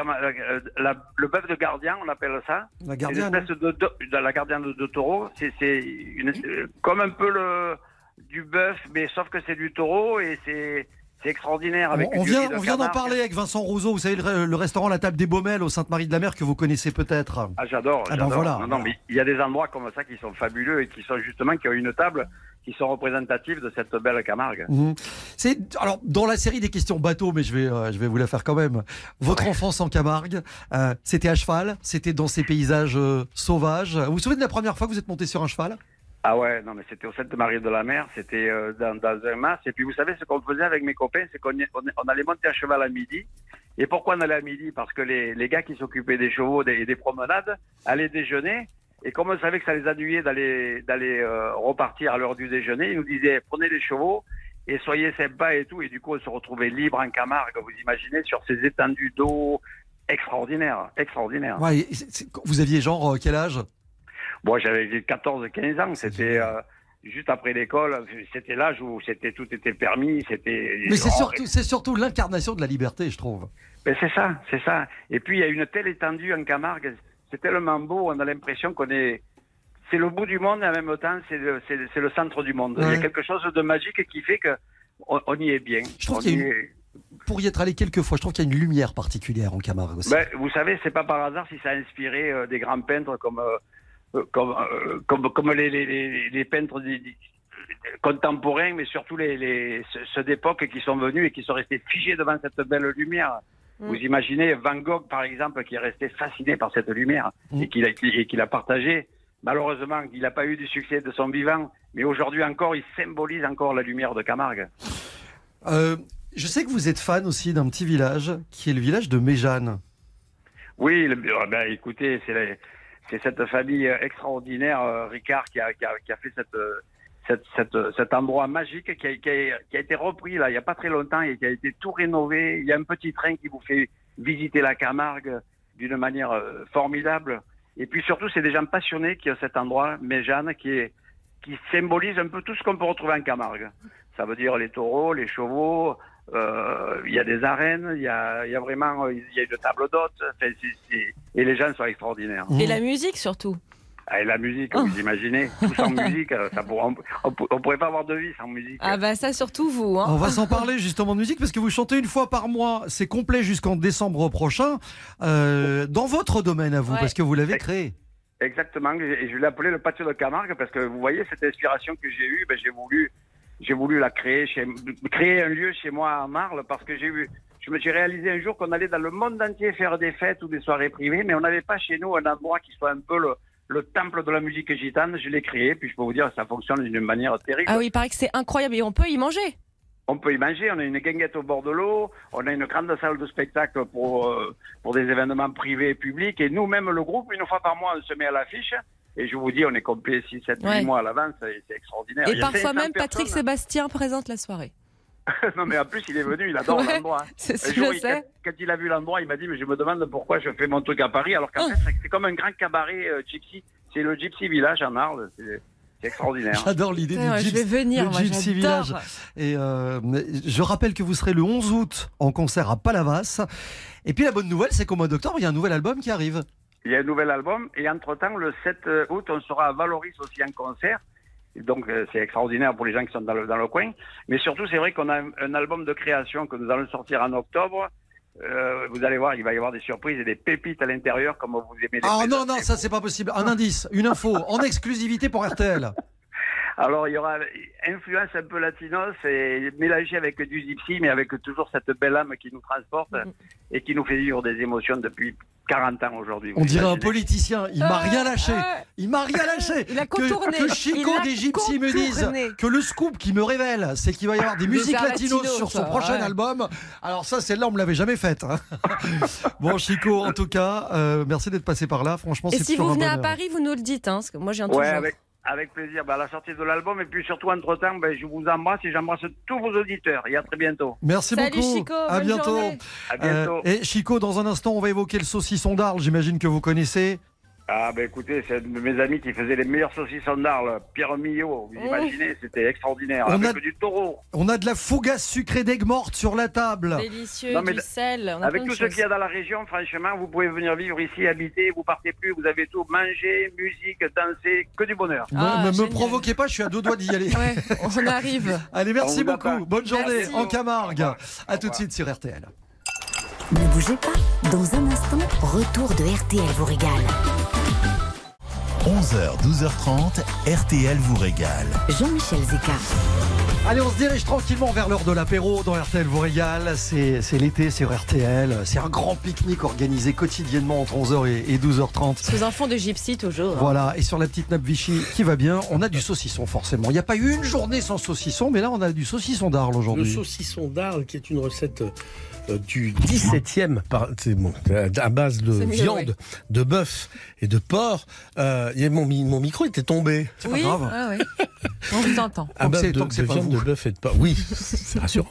le bœuf de gardien, on appelle ça. La gardienne. Une espèce de, de, de la gardienne de, de taureau. C'est, c'est une, comme un peu le du bœuf, mais sauf que c'est du taureau et c'est c'est extraordinaire. Avec on, on du vient, riz de on vient d'en Camargue. parler avec Vincent Roseau. Vous savez le, le restaurant La Table des Baumelles au Sainte-Marie-de-la-Mer que vous connaissez peut-être. Ah j'adore. Ah ben j'adore. voilà. Non, non, mais il y a des endroits comme ça qui sont fabuleux et qui sont justement qui ont une table qui sont représentatifs de cette belle Camargue. Mmh. C'est alors dans la série des questions bateau, mais je vais euh, je vais vous la faire quand même. Votre enfance en Camargue, euh, c'était à cheval, c'était dans ces paysages euh, sauvages. Vous vous souvenez de la première fois que vous êtes monté sur un cheval? Ah ouais, non mais c'était au Sainte-Marie-de-la-Mer, c'était euh, dans, dans un mas. Et puis vous savez ce qu'on faisait avec mes copains, c'est qu'on on, on allait monter à cheval à midi. Et pourquoi on allait à midi? Parce que les, les gars qui s'occupaient des chevaux et des, des promenades allaient déjeuner. Et comme on savait que ça les ennuyait d'aller d'aller euh, repartir à l'heure du déjeuner, ils nous disaient prenez les chevaux et soyez sympas et tout. Et du coup on se retrouvait libre en Camargue, vous imaginez, sur ces étendues d'eau extraordinaires, extraordinaires. Ouais, c'est, c'est, vous aviez genre euh, quel âge? Bon, j'avais quatorze quinze ans, c'était euh, juste après l'école, c'était l'âge où c'était, tout était permis, c'était... Mais c'est surtout, c'est surtout l'incarnation de la liberté, je trouve. Mais c'est ça, c'est ça. Et puis il y a une telle étendue en Camargue, c'est tellement beau, on a l'impression qu'on est... C'est le bout du monde et en même temps, c'est le, c'est, c'est le centre du monde. Ouais. Il y a quelque chose de magique qui fait qu'on on y est bien. Je trouve on qu'il y a une... est... Pour y être allé quelques fois, je trouve qu'il y a une lumière particulière en Camargue aussi. Ben, vous savez, c'est pas par hasard si ça a inspiré euh, des grands peintres comme... Euh, Comme, euh, comme, comme les, les, les, les peintres des, des contemporains, mais surtout les, les, ceux d'époque qui sont venus et qui sont restés figés devant cette belle lumière. Mmh. Vous imaginez Van Gogh, par exemple, qui est resté fasciné par cette lumière mmh. et qui l'a, et qui l'a partagée. Malheureusement, il n'a pas eu du succès de son vivant, mais aujourd'hui encore, il symbolise encore la lumière de Camargue. Euh, je sais que vous êtes fan aussi d'un petit village, qui est le village de Méjeanne. Oui, le, ben, écoutez, c'est... Les, C'est cette famille extraordinaire, euh, Ricard, qui a, qui, a, qui a fait cette, cette, cette, cet endroit magique qui a, qui, a, qui a été repris là, il n'y a pas très longtemps et qui a été tout rénové. Il y a un petit train qui vous fait visiter la Camargue d'une manière euh, formidable. Et puis surtout, c'est des gens passionnés qui ont cet endroit, Méjeanne, qui, est, qui symbolise un peu tout ce qu'on peut retrouver en Camargue. Ça veut dire les taureaux, les chevaux... Il euh, y a des arènes, il y a, y a vraiment il y a une table d'hôtes, c'est, c'est, c'est, et les gens sont extraordinaires. Et la musique surtout. Ah, et la musique, oh. Vous imaginez, tout sans musique, ça pour, on, on pourrait pas avoir de vie sans musique. Ah bah ça surtout vous. Hein. On va s'en parler justement de musique parce que vous chantez une fois par mois, c'est complet jusqu'en décembre prochain, euh, dans votre domaine à vous, ouais. Parce que vous l'avez créé. Exactement, et je l'ai appelé le patio de Camargue parce que vous voyez cette inspiration que j'ai eue, ben, j'ai voulu... J'ai voulu la créer, chez, créer un lieu chez moi à Marle parce que j'ai eu, je me suis réalisé un jour qu'on allait dans le monde entier faire des fêtes ou des soirées privées, mais on n'avait pas chez nous un endroit qui soit un peu le, le temple de la musique gitane. Je l'ai créé, puis je peux vous dire, ça fonctionne d'une manière terrible. Ah oui, il paraît que c'est incroyable et on peut y manger. On peut y manger, on a une guinguette au bord de l'eau, on a une grande salle de spectacle pour, euh, pour des événements privés et publics, et nous, même le groupe, une fois par mois, on se met à l'affiche. Et je vous dis, on est complet six, sept, ouais. huit mois à l'avance, c'est, c'est extraordinaire. Et parfois même, Patrick personnes. Sébastien présente la soirée. Non mais en plus, il est venu, il adore ouais, l'endroit. C'est ce que jour, je il, sais. Quand, quand il a vu l'endroit, il m'a dit, mais je me demande pourquoi je fais mon truc à Paris, alors qu'en oh. fait, c'est, c'est comme un grand cabaret euh, gypsy. C'est le Gypsy Village à Marle, c'est... C'est extraordinaire. J'adore l'idée ouais, du gypsy, je vais venir, le moi, Gypsy Village. Et euh, je rappelle que vous serez le onze août en concert à Palavas. Et puis la bonne nouvelle, c'est qu'au mois d'octobre, il y a un nouvel album qui arrive. Il y a un nouvel album et entre-temps, le sept août, on sera à Valoris aussi en concert. Donc euh, c'est extraordinaire pour les gens qui sont dans le, dans le coin. Mais surtout, c'est vrai qu'on a un, un album de création que nous allons sortir en octobre. Euh, vous allez voir, il va y avoir des surprises et des pépites à l'intérieur comme vous aimez les Ah non, non, ça c'est pas possible. Un indice, une info en exclusivité pour R T L. Alors, il y aura influence un peu latinos et mélangée avec du gypsy, mais avec toujours cette belle âme qui nous transporte mmh. et qui nous fait vivre des émotions depuis quarante ans aujourd'hui. On dirait un politicien, il m'a rien lâché. Il m'a rien lâché. Il a contourné. Que, que Chico des Gypsy me dise que le scoop qui me révèle, c'est qu'il va y avoir des musiques latinos latino, sur son ça, prochain ouais. album. Alors ça, celle-là, on me l'avait jamais faite. Hein. Bon, Chico, en tout cas, euh, merci d'être passé par là. Franchement, et c'est si toujours vous venez un à Paris, vous nous le dites, hein, parce que moi, j'ai un ouais, toujours. Avec... Avec plaisir, ben, à la sortie de l'album et puis surtout entre-temps, ben, je vous embrasse et j'embrasse tous vos auditeurs et à très bientôt. Merci Salut beaucoup. Chico, à bientôt. À bientôt. Euh, et Chico, dans un instant, on va évoquer le saucisson d'Arles, j'imagine que vous connaissez. Ah ben écoutez, c'est un de mes amis qui faisait les meilleurs saucissons d'Arles, Pierre Millot, vous imaginez, c'était extraordinaire, on avec a, du taureau. On a de la fougasse sucrée d'aigues mortes sur la table. Délicieux, non, du sel. On a avec tout ce qu'il y a dans la région, franchement, vous pouvez venir vivre ici, habiter, vous partez plus, vous avez tout, manger, musique, danser, que du bonheur. Ah, ne me provoquez pas, je suis à deux doigts d'y aller. Ouais, on arrive. Allez, merci beaucoup, attend. Bonne journée merci. En Camargue. À tout de suite sur R T L. Ne bougez pas, dans un instant, retour de R T L vous régale. onze heures, douze heures trente, R T L vous régale. Jean-Michel Zeka. Allez, on se dirige tranquillement vers l'heure de l'apéro dans R T L vous régale. C'est, c'est l'été sur R T L. C'est un grand pique-nique organisé quotidiennement entre onze heures et douze heures trente. Sous un fond de gypsy toujours. Voilà, et sur la petite nappe Vichy qui va bien, on a du saucisson forcément. Il n'y a pas eu une journée sans saucisson, mais là on a du saucisson d'Arles aujourd'hui. Le saucisson d'Arles qui est une recette euh, du dix-septième, par, c'est bon, à base de C'est mieux, viande, oui. de bœuf et de porc. Euh, y a mon, mon micro était tombé. C'est Oui, pas grave. ah ouais. On vous entend. À Tant que base c'est- de, tant que c'est de pas viande, vous. de bœuf et de porc. Oui, c'est rassurant.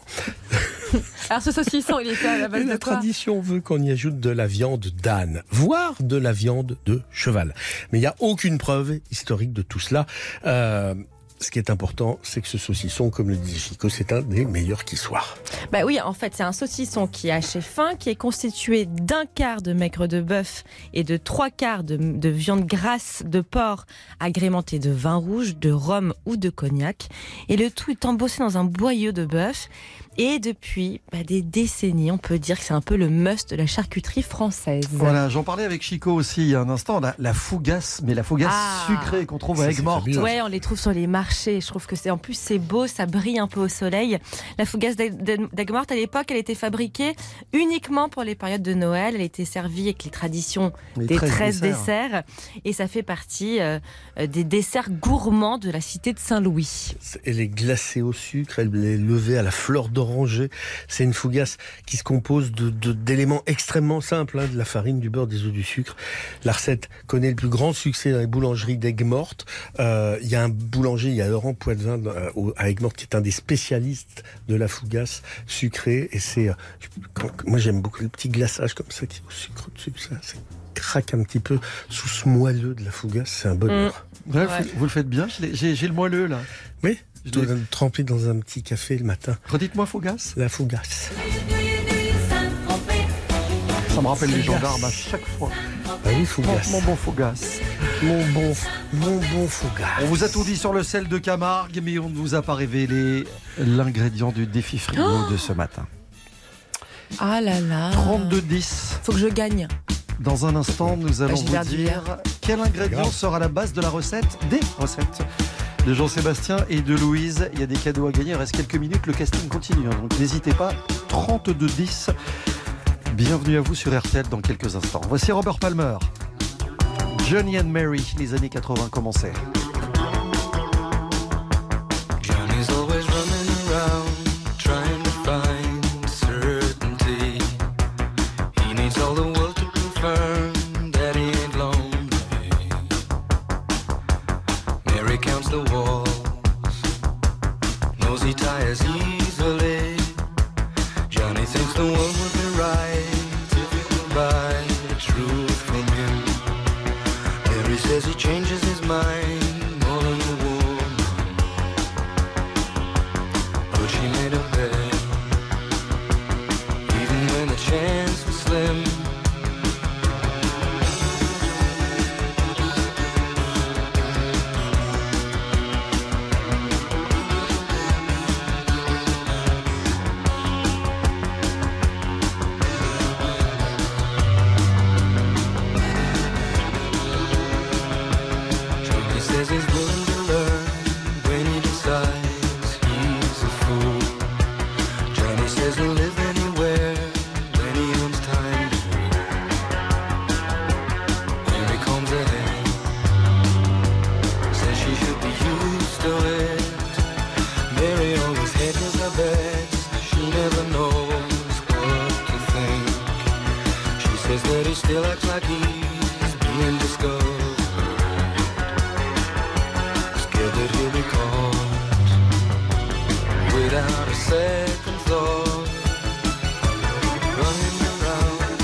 Alors ce saucisson, il était à la base Et la de quoi? tradition veut qu'on y ajoute de la viande d'âne, voire de la viande de cheval. Mais il n'y a aucune preuve historique de tout cela. Euh, ce qui est important, c'est que ce saucisson, comme le disait Chico, c'est un des meilleurs qui soit. Bah oui, en fait, c'est un saucisson qui est haché fin, qui est constitué d'un quart de maigre de bœuf et de trois quarts de, de viande grasse de porc agrémentée de vin rouge, de rhum ou de cognac. Et le tout est embossé dans un boyau de bœuf. Et depuis bah, des décennies, on peut dire que c'est un peu le must de la charcuterie française. Voilà, j'en parlais avec Chico aussi il y a un instant, la, la fougasse, mais la fougasse Ah. sucrée qu'on trouve à Ça, c'est Aigues-Mortes. fabuleux. Ouais, on les trouve sur les marchés. Je trouve que c'est en plus c'est beau, ça brille un peu au soleil. La fougasse d'Aigues-Mortes à l'époque, elle était fabriquée uniquement pour les périodes de Noël. Elle était servie avec les traditions Les des treize treize desserts. desserts. Et ça fait partie euh, des desserts gourmands de la cité de Saint-Louis. Elle est glacée au sucre, elle est levée à la fleur d'oranger. C'est une fougasse qui se compose de, de, d'éléments extrêmement simples, hein, de la farine, du beurre, des œufs, du sucre. La recette connaît le plus grand succès dans les boulangeries d'Aigues-Mortes. Euh, il y a un boulanger, il y a Laurent Poitvin euh, au- à Aigues-Mortes qui est un des spécialistes de la fougasse sucrée. Et c'est, euh, quand- moi j'aime beaucoup le petit glaçage comme ça qui est au sucre dessus, ça, ça craque un petit peu sous ce moelleux de la fougasse, c'est un bonheur. Ouais, Ouais. Vous, vous le faites bien, je l'ai- j'ai, j'ai le moelleux là. Oui, Je je dois l'ai- le tremper dans un petit café le matin. Redites-moi fougasse. La fougasse. Ça me rappelle les Fougasse. gendarmes à chaque fois. Ah oui, Mon, fougasse. mon bon fougasse. Mon bon, mon bon fougasse. On vous a tout dit sur le sel de Camargue, mais on ne vous a pas révélé l'ingrédient du défi frigo Oh de ce matin. Ah là là. trente-deux dix. Faut que je gagne. Dans un instant, nous allons j'ai vous perdu dire hier. quel ingrédient sera la base de la recette, des recettes de Jean-Sébastien et de Louise. Il y a des cadeaux à gagner, il reste quelques minutes, le casting continue, hein, donc n'hésitez pas, trente-deux dix. Bienvenue à vous sur R T L dans quelques instants. Voici Robert Palmer. Johnny and Mary, les années quatre-vingts commençaient. Johnny's always running around, trying to find certainty. He needs all the world to confirm that he ain't lonely. Mary counts the walls, knows he tires easily. Johnny thinks the world would be right if he could buy the truth from him. Mary says he changes his mind more than a woman. But she made a bet, even when the chance was slim. Johnny says he's willing to learn when he decides he's a fool. Johnny says he'll live anywhere when he owns time to. Mary comes ahead, says she should be used to it. Mary always hedges her bets, she never knows what to think. She says that he still acts like he's being discovered. Scared that he'll be caught without a second thought, running around.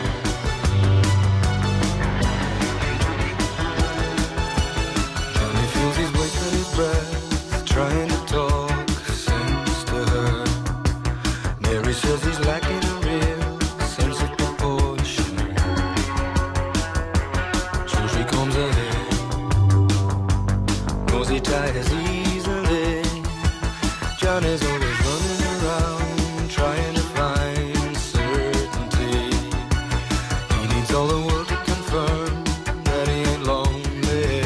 Johnny needs all the world to confirm that he ain't lonely.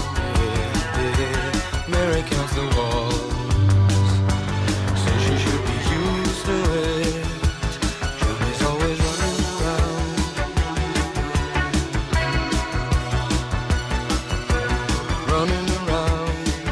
Mary counts the walls, says she should be used to it. Johnny's always running around, running around.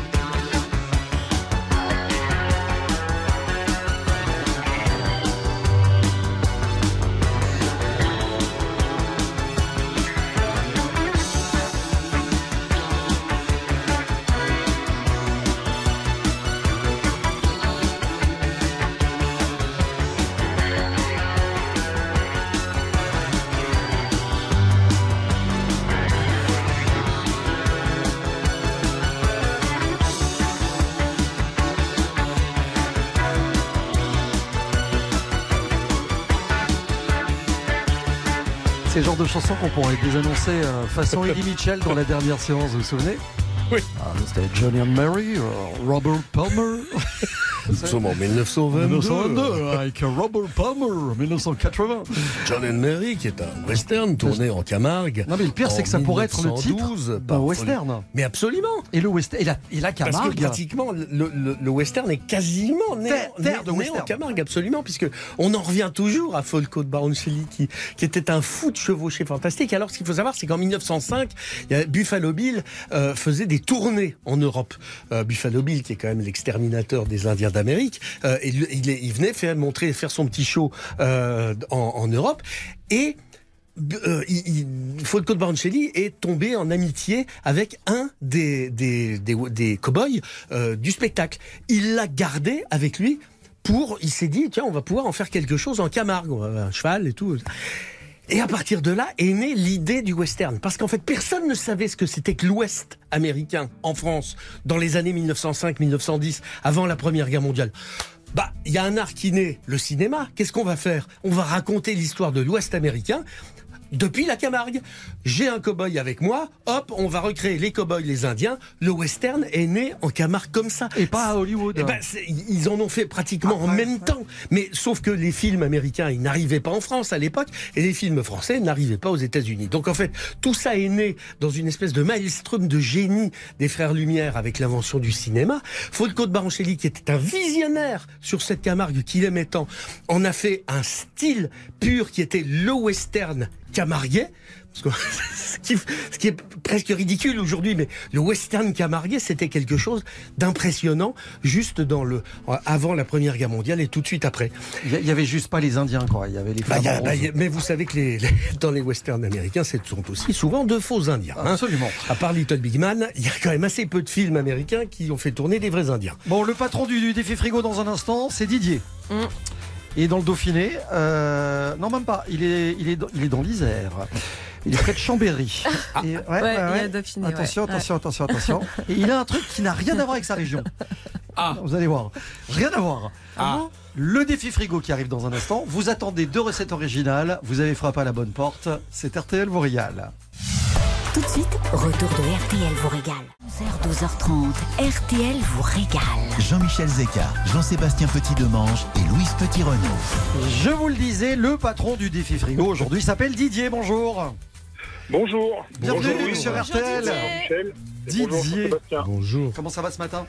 C'est le genre de chanson qu'on pourrait désannoncer euh, façon Eddie Mitchell dans la dernière séance, vous vous souvenez? Oui. Ah, c'était Johnny and Mary, euh, Robert Palmer. Nous sommes en dix-neuf cent vingt-deux. dix-neuf cent vingt-deux, avec Robert Palmer, dix-neuf cent quatre-vingts. John and Mary, qui est un western tourné en Camargue. Non, mais le pire, c'est que ça pourrait être le titre d'un western. Mais absolument. Et, le west... et, la, et la Camargue. Parce que pratiquement, le, le, le western est quasiment né, terre, né, terre de né western. en Camargue, absolument, puisque on en revient toujours à Folco de Baroncelli, qui, qui était un fou de chevauchée fantastique. Alors, ce qu'il faut savoir, c'est qu'en mille neuf cent cinq, il y a Buffalo Bill euh, faisait des tournées en Europe. Euh, Buffalo Bill, qui est quand même l'exterminateur des Indiens d'Amérique, euh, il, il, il venait faire montrer, faire son petit show euh, en, en Europe, et Euh, il, il, Folco de Baroncelli est tombé en amitié avec un des, des, des, des cow-boys euh, du spectacle. Il l'a gardé avec lui pour, il s'est dit, tiens, on va pouvoir en faire quelque chose en Camargue, on va un cheval et tout. Et à partir de là est née l'idée du western. Parce qu'en fait, personne ne savait ce que c'était que l'Ouest américain en France dans les années mille neuf cent cinq mille neuf cent dix, avant la Première Guerre mondiale. Bah, il y a un art qui naît, le cinéma. Qu'est-ce qu'on va faire? On va raconter l'histoire de l'Ouest américain depuis la Camargue. J'ai un cow-boy avec moi, hop, on va recréer les cow-boys, les Indiens. Le western est né en Camargue comme ça. Et pas à Hollywood. Et ben, ils en ont fait pratiquement Après, en même ouais. temps. Mais sauf que les films américains, ils n'arrivaient pas en France à l'époque, et les films français n'arrivaient pas aux États-Unis. Donc en fait, tout ça est né dans une espèce de maelstrom de génie des frères Lumière avec l'invention du cinéma. Folco de Baroncelli, qui était un visionnaire sur cette Camargue qu'il aimait tant, en a fait un style pur qui était le western camarguais, parce que, ce, qui, ce qui est presque ridicule aujourd'hui, mais le western camarguais, c'était quelque chose d'impressionnant, juste dans le, avant la Première Guerre mondiale et tout de suite après. Il y avait juste pas les Indiens, quoi. Il y avait les bah, flamants y a, bah, roses. y a, mais vous savez que les, les, dans les westerns américains, ce sont aussi souvent de faux Indiens. Absolument. Hein. À part Little Big Man, il y a quand même assez peu de films américains qui ont fait tourner des vrais Indiens. Bon, le patron du, du défi frigo dans un instant, c'est Didier. Mm. Et dans le Dauphiné, euh, non même pas, il est, il est, dans, il est dans l'Isère. Il est près de Chambéry. Ah, et, ouais, ouais, ouais, il ouais. y a Dauphiné. Attention, ouais. attention, attention, attention. Et il a un truc qui n'a rien à voir avec sa région. Ah, vous allez voir. Rien à voir. Ah. Le défi frigo qui arrive dans un instant. Vous attendez deux recettes originales. Vous avez frappé à la bonne porte. C'est R T L vous régale. Tout de suite, retour de R T L vous régale. onze heures, douze heures trente, R T L vous régale. Jean-Michel Zeka, Jean-Sébastien Petit-Demange et Louise Petit-Renaud. Je vous le disais, le patron du défi frigo aujourd'hui s'appelle Didier. Bonjour. Bonjour. Bienvenue Bonjour, sur bonjour, R T L. Michel. Didier. Bonjour, Bonjour. Comment ça va ce matin?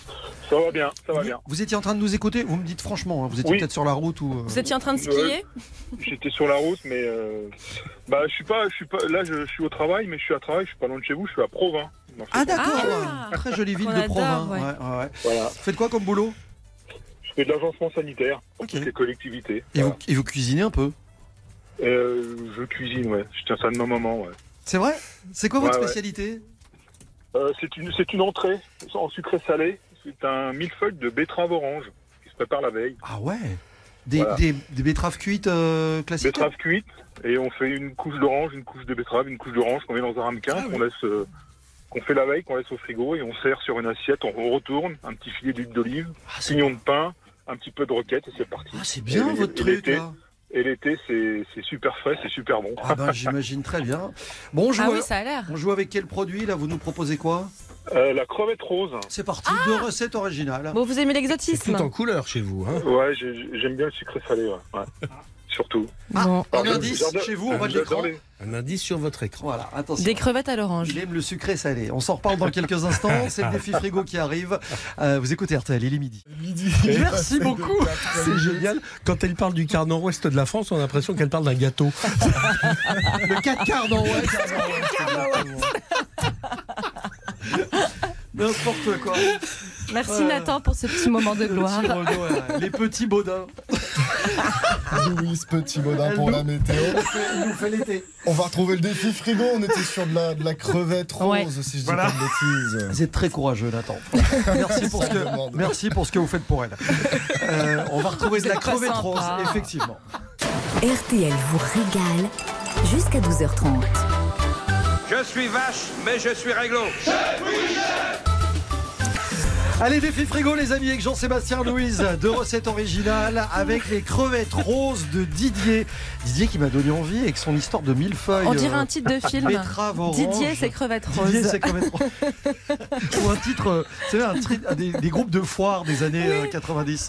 Ça va bien, ça va vous, bien. Vous étiez en train de nous écouter? Vous me dites franchement, hein, vous étiez oui. peut-être sur la route ou... Euh... Vous étiez en train de skier? ouais. J'étais sur la route, mais euh, bah je suis pas, je suis pas. Là, je, je suis au travail, mais je suis à travail. Je suis pas loin de chez vous. Je suis à Provins. Ah d'accord. Ah, très jolie ville on de adore, Provins. ouais. Ouais, ouais, ouais. Voilà. Vous faites quoi comme boulot? Je fais de l'agencement sanitaire pour okay. toutes les collectivités. Et, voilà. vous, et vous cuisinez un peu? euh, Je cuisine, ouais. Je tiens ça de ma maman, ouais. C'est vrai? C'est quoi votre ouais, spécialité? ouais. euh, C'est une, c'est une entrée en sucré salé. C'est un millefeuille de betterave orange qui se prépare la veille. Ah ouais. Des, voilà. des, des betteraves cuites euh, classiques? Betteraves cuites, et on fait une couche d'orange, une couche de betterave, une couche d'orange qu'on met dans un ramequin, ah, qu'on oui. laisse, euh, qu'on fait la veille, qu'on laisse au frigo, et on sert sur une assiette, on retourne, un petit filet d'huile d'olive, ah, pignon de pain, un petit peu de roquette, et c'est parti. Ah, c'est bien et, votre et, truc, et là. Et l'été, c'est, c'est super frais, c'est super bon. Ah ben, j'imagine très bien. Bon, on joue, ah oui, ça a l'air. On joue avec quel produit, là? Vous nous proposez quoi? Euh, la crevette rose. C'est parti, ah deux recettes originales. Bon, vous aimez l'exotisme? C'est tout en couleur chez vous, hein? Ouais, j'ai, j'aime bien le sucré salé, ouais. ouais. surtout. Ah, Bon. un indice chez vous, on voit de l'écran. Un indice sur votre écran. Voilà, attention. Des crevettes à l'orange. Il aime le sucré salé. On s'en reparle dans quelques instants. C'est le défi frigo qui arrive. Euh, vous écoutez R T L, il est midi. Midi. Merci beaucoup. C'est génial. Quand elle parle du quart nord-ouest de la France, on a l'impression qu'elle parle d'un gâteau. Le quatre quarts nord-ouest. N'importe quoi. Merci Ouais. Nathan pour ce petit moment de gloire. Petit Renaud, ouais. Les petits baudins. Louise, petit baudin pour la météo. Il nous fait l'été. On va retrouver le défi frigo. On était sur de la, de la crevette rose, Ouais. si je dis Voilà. pas de bêtises. Vous êtes très courageux, Nathan. Merci pour, ce que, merci pour ce que vous faites pour elle. Euh, on va retrouver Vous de la êtes pas crevette sympa. rose, effectivement. R T L vous régale jusqu'à douze heures trente. Je suis vache, mais je suis réglo. Allez, défi frigo, les amis, avec Jean-Sébastien Louise. Deux recettes originales avec les crevettes roses de Didier. Didier qui m'a donné envie avec son histoire de millefeuille. On dirait un titre de film. Betterave orange. Didier, c'est crevettes roses. Didier, c'est crevettes roses. Ou un titre, euh, vous savez, un tri- des, des groupes de foire des années euh, quatre-vingt-dix.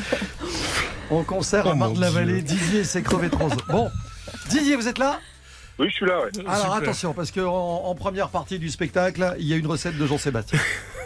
En concert à Oh, mon Marne-la-Vallée, Dieu. Didier, c'est crevettes roses. Bon, Didier, vous êtes là ? Oui, je suis là, ouais. Alors Super. attention, parce qu'en en première partie du spectacle, il y a une recette de Jean-Sébastien.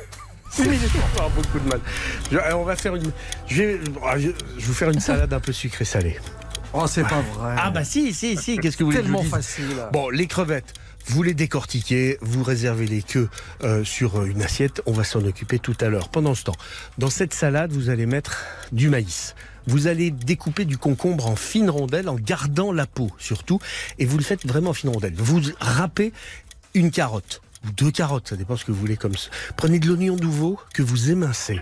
Une minute pour avoir beaucoup de mal. Je- alors, on va faire une. Je vais, je vais vous faire une salade un peu sucrée salée. Oh, c'est pas vrai. Ah bah si, si, si. Qu'est-ce que vous voulez que je Tellement vous dise facile. Bon, les crevettes, vous les décortiquez, vous réservez les queues euh, sur une assiette. On va s'en occuper tout à l'heure. Pendant ce temps, dans cette salade, vous allez mettre du maïs. Vous allez découper du concombre en fines rondelles en gardant la peau surtout. Et vous le faites vraiment en fines rondelles. Vous râpez une carotte. Ou deux carottes, ça dépend ce que vous voulez comme ça. Prenez de l'oignon nouveau que vous émincez.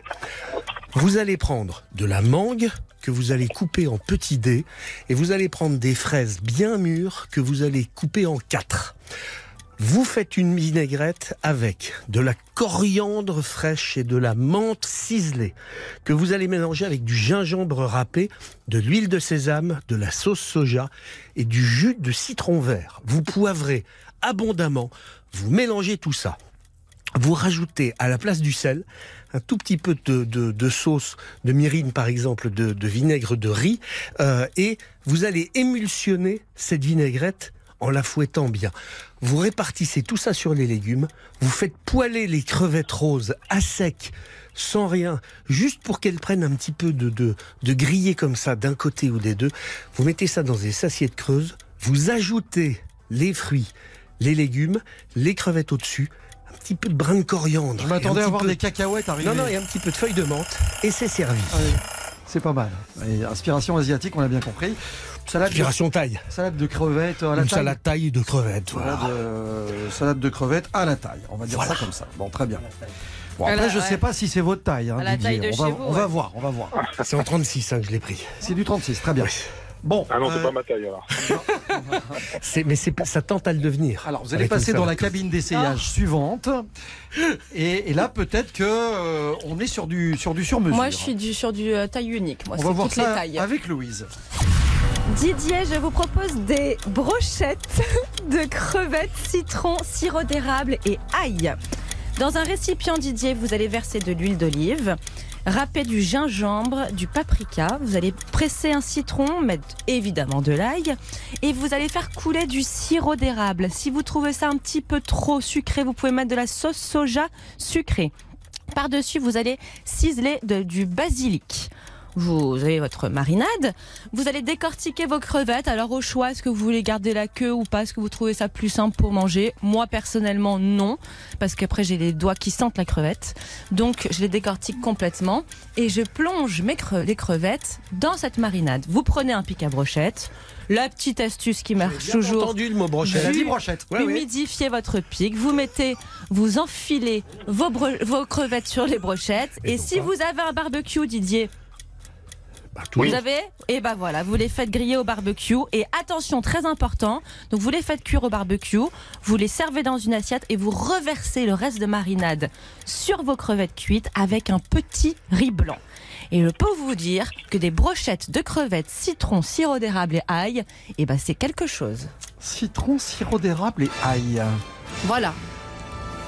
Vous allez prendre de la mangue que vous allez couper en petits dés et vous allez prendre des fraises bien mûres que vous allez couper en quatre. Vous faites une vinaigrette avec de la coriandre fraîche et de la menthe ciselée que vous allez mélanger avec du gingembre râpé, de l'huile de sésame, de la sauce soja et du jus de citron vert. Vous poivrez abondamment, vous mélangez tout ça. Vous rajoutez à la place du sel un tout petit peu de, de, de sauce de myrrhine, par exemple, de, de vinaigre de riz, euh, et vous allez émulsionner cette vinaigrette en la fouettant bien. Vous répartissez tout ça sur les légumes, vous faites poêler les crevettes roses à sec, sans rien, juste pour qu'elles prennent un petit peu de, de, de grillé comme ça, d'un côté ou des deux. Vous mettez ça dans des assiettes creuses, vous ajoutez les fruits, les légumes, les crevettes au-dessus, un petit peu de brin de coriandre. Je m'attendais et un à petit voir peu- des cacahuètes arriver. Non, non, il y a un petit peu de feuilles de menthe et c'est servi. Ah oui, c'est pas mal. Et inspiration asiatique, on l'a bien compris. Salade Inspiration taille. de, salade de crevettes à la Une taille. salade taille de crevettes. Salade, Voilà. euh, salade de crevettes à la taille. On va dire Voilà. ça comme ça. Bon, très bien. Bon, À après, la- je sais ouais. pas si c'est votre taille. Hein, À la Didier. taille de on va, chez vous, on va ouais. voir, on va voir. C'est en trente-six hein, que je l'ai pris. C'est du trente-six, très bien. Bon, Ah non, c'est euh, pas ma taille, alors. C'est, mais c'est, pas- ça tente à le devenir. alors vous allez Avec une passer dans salade la comme cabine d'essayage suivante. Et, et là, peut-être que euh, on est sur du sur du sur-mesure. Moi, je suis du, sur du euh, taille unique. Moi, On c'est va voir toutes les ça tailles. avec Louise. Didier, je vous propose des brochettes de crevettes, citron, sirop d'érable et ail. Dans un récipient, Didier, vous allez verser de l'huile d'olive, râper du gingembre, du paprika. Vous allez presser un citron, mettre évidemment de l'ail et vous allez faire couler du sirop d'érable. Si vous trouvez ça un petit peu trop sucré, vous pouvez mettre de la sauce soja sucrée. Par-dessus, vous allez ciseler de- du basilic. Vous avez votre marinade. Vous allez décortiquer vos crevettes. Alors au choix, est-ce que vous voulez garder la queue ou pas? Est-ce que vous trouvez ça plus simple pour manger? Moi personnellement non, parce qu'après j'ai les doigts qui sentent la crevette. Donc je les décortique complètement et je plonge mes cre- les crevettes dans cette marinade. Vous prenez un pic à brochette. La petite astuce qui marche J'ai toujours. entendu le mot brochette. Elle a dit brochette. Ouais, ouais. Humidifiez votre pic, vous mettez, vous enfilez vos, bro- vos crevettes sur les brochettes. Et Et, si pourquoi vous avez un barbecue, Didier, Bah, tout vous le- avez, et ben voilà, vous les faites griller au barbecue. Et attention, très important, donc vous les faites cuire au barbecue, vous les servez dans une assiette et vous reversez le reste de marinade sur vos crevettes cuites avec un petit riz blanc. Et je peux vous dire que des brochettes de crevettes, citron, sirop d'érable et ail, et ben c'est quelque chose. Citron, sirop d'érable et ail. Voilà.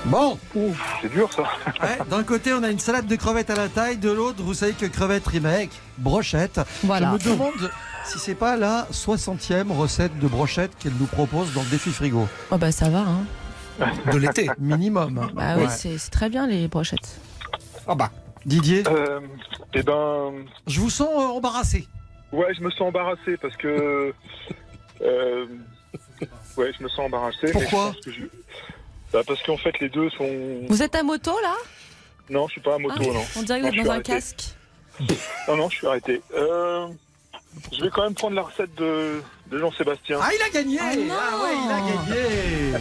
Bon. Ouf, c'est dur ça. Ouais, d'un côté, on a une salade de crevettes à la taille, de l'autre, vous savez que crevettes rime avec brochette. Voilà. Je me demande si c'est pas la soixantième recette de brochette qu'elle nous propose dans le défi frigo. Oh bah ça va, hein. De l'été. Minimum. Bah ouais. oui, c'est, c'est très bien les brochettes. Ah bah. Didier euh, Eh ben... Je vous sens euh, embarrassé. Ouais, je me sens embarrassé parce que... Euh, ouais, je me sens embarrassé. Pourquoi? mais je pense que je... Bah parce qu'en fait, les deux sont... Vous êtes à moto là? Non, je suis pas à moto, ah, non. On dirait que non, vous je êtes suis dans un arrêté. casque. Non, non, je suis arrêté. Euh, je vais quand même prendre la recette de, de Jean-Sébastien. Ah, il a gagné. Ah, non. Ah ouais, il a gagné.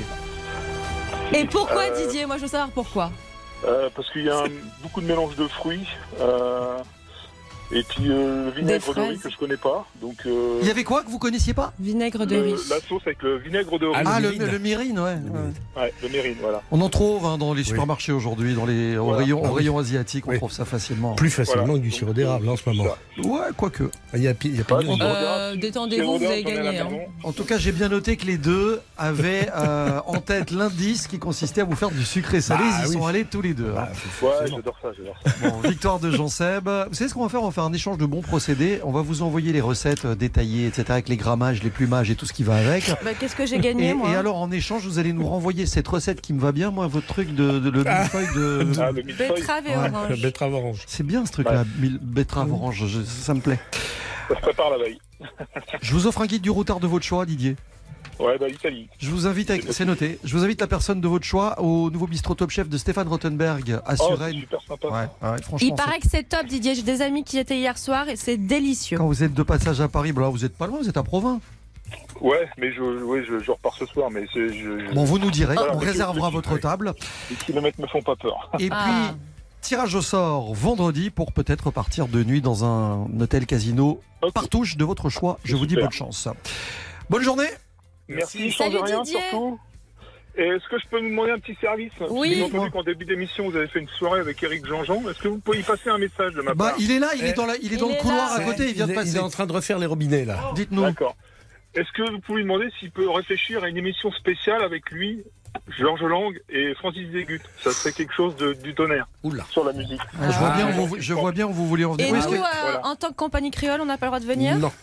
Et pourquoi Euh, Didier? Moi je veux savoir pourquoi. Euh, parce qu'il y a un- beaucoup de mélange de fruits. Euh, et puis euh, vinaigre de riz fraises. que je connais pas. Donc, euh, Il y avait quoi que vous connaissiez pas? Vinaigre de le- riz. la sauce avec le vinaigre de riz. Ah, le, myrrhine. le myrrhine, ouais. Ouais, le mérine, voilà. On en trouve hein, dans les supermarchés aujourd'hui, dans les au Voilà. rayon, Ah au oui. rayon asiatique, on Oui. trouve ça facilement. Plus facilement Voilà. que du sirop d'érable en ce moment. Ouais, quoique. Il y a, pi- il y a pas Ouais, de- bon, Euh, détendez-vous, vous avez gagné. Hein. En tout cas, j'ai bien noté que les deux avaient euh, en tête l'indice qui consistait à vous faire du sucré salé. Bah, Ils y oui. sont allés tous les deux. hein. Bah, faut- Ouais, forcément. j'adore ça, j'adore ça. Bon, victoire de Jean-Seb. Vous savez ce qu'on va faire? On va faire un échange de bons procédés. On va vous envoyer les recettes euh, détaillées, et cetera, avec les grammages, les plumages et tout ce qui va avec. Bah, qu'est-ce que j'ai gagné Et, moi? et alors, en échange, vous allez nous renvoyer cette recette qui me va bien, moi, votre truc de, de, le Ah. millefeuille de. Ah, le millefeuille, Betterave et Ouais. La orange. betterave orange. C'est bien ce truc-là, mille- betterave orange, je- ça me plaît. ça se prépare la veille. Je vous offre un guide du routard de votre choix, Didier. Ouais, bah l'Italie. Je vous invite, avec, c'est noté, je vous invite la personne de votre choix au nouveau bistrot Top Chef de Stéphane Rothenberg à Oh, c'est Suresnes. super sympa. Ouais, ouais, franchement, Il paraît que c'est top, Didier. J'ai des amis qui y étaient hier soir et c'est délicieux. c'est- quand vous êtes de passage à Paris, bon, là, vous êtes pas loin, vous êtes à Provins. Ouais, mais je, ouais, je, je repars ce soir, mais c'est... Je, je- Bon, vous nous direz, Voilà, on mais je- réservera je- votre table. Les kilomètres me font pas peur. Et Ah. puis, tirage au sort vendredi pour peut-être partir de nuit dans un hôtel casino Ok. partouche de votre choix. Je vous dis Super. bonne chance. Bonne journée. Merci, Salut, changez rien Didier. surtout. Et est-ce que je peux vous demander un petit service? Oui. J'ai entendu qu'en début d'émission, vous avez fait une soirée avec Éric Jean-Jean. Est-ce que vous pouvez y passer un message de ma Bah, part? il est là, il est Eh, dans, la- il est il dans le est couloir là. à côté, il vient de est- passer. il est en train de refaire les robinets là. Dites-nous. D'accord. Est-ce que vous pouvez lui demander s'il peut réfléchir à une émission spéciale avec lui, Georges Lang et Francis Zégut? Ça serait quelque chose de, du tonnerre Oula. sur la musique. Ah, je vois Ah, bien où vous, je vois bien où vous voulez en venir. Et Oui, nous, parce que- euh, voilà. en tant que compagnie créole, on n'a pas le droit de venir? Non.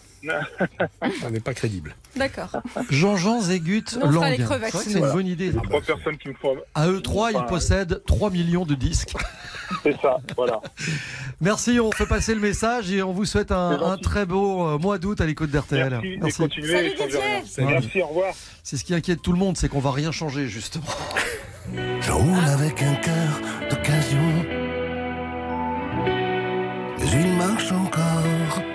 On n'est pas crédible. D'accord. Jean-Jean Zégut On fera Lang. les crevettes. C'est vrai que c'est une Voilà. bonne idée. Les trois personnes qui me font... À eux trois, ils Enfin, possèdent trois millions de disques. C'est ça, voilà. Merci, on fait passer le message et on vous souhaite un, C'est gentil. un très beau euh, mois d'août à l'écoute d'R T L. Merci, et continuez. Salut, et changez Didier. rien. Salut. Merci, au revoir. C'est ce qui inquiète tout le monde, c'est qu'on va rien changer justement. Je roule avec un cœur d'occasion, mais il marche encore.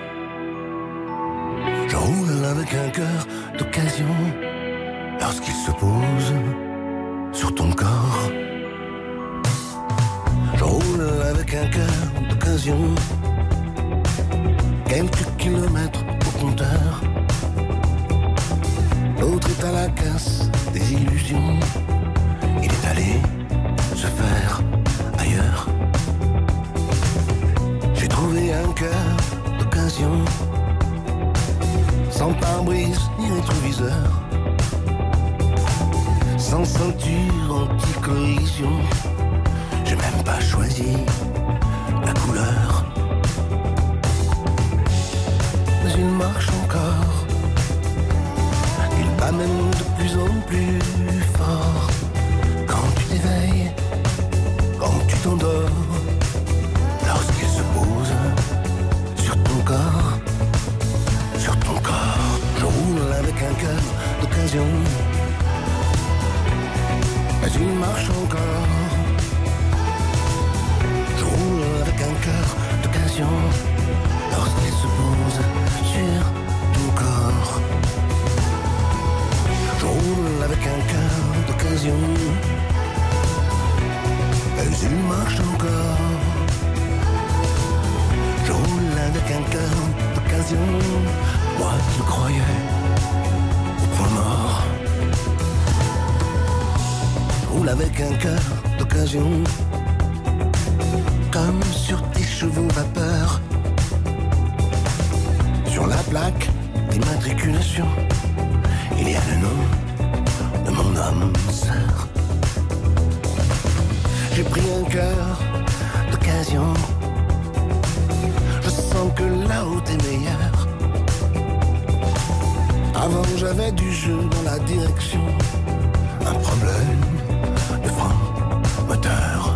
Je roule avec un cœur d'occasion, lorsqu'il se pose sur ton corps. Je roule avec un cœur d'occasion, quelques kilomètres au compteur. L'autre est à la casse des illusions, il est allé se faire ailleurs. J'ai trouvé un cœur d'occasion, sans pare-brise ni rétroviseur, sans ceinture anti-collision. J'ai même pas choisi la couleur, mais il marche encore. Il bat même de plus en plus fort. Quand tu t'éveilles, quand tu t'endors, lorsqu'il se pose sur ton corps, sur ton corps. Je roule avec un cœur d'occasion, mais il marche encore. Je roule avec un cœur d'occasion, lorsqu'il se pose sur ton corps. Je roule avec un cœur d'occasion, mais il marche encore. Je roule avec un cœur d'occasion, moi qui le croyais au point mort. Je roule avec un cœur d'occasion, comme sur tes chevaux vapeur. Sur la plaque d'immatriculation, il y a le nom de mon âme sœur. bouge dans la direction. Un problème de frein moteur.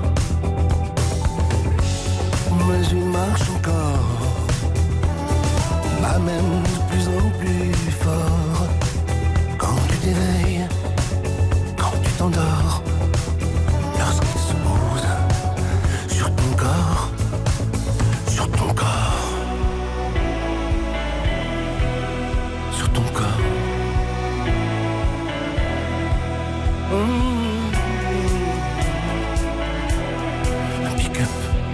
Mais il marche encore, m'amène de plus en plus fort. Quand tu t'éveilles, quand tu t'endors, lorsqu'il se pose sur ton corps, sur ton corps, sur ton corps. Mmh. Un pick-up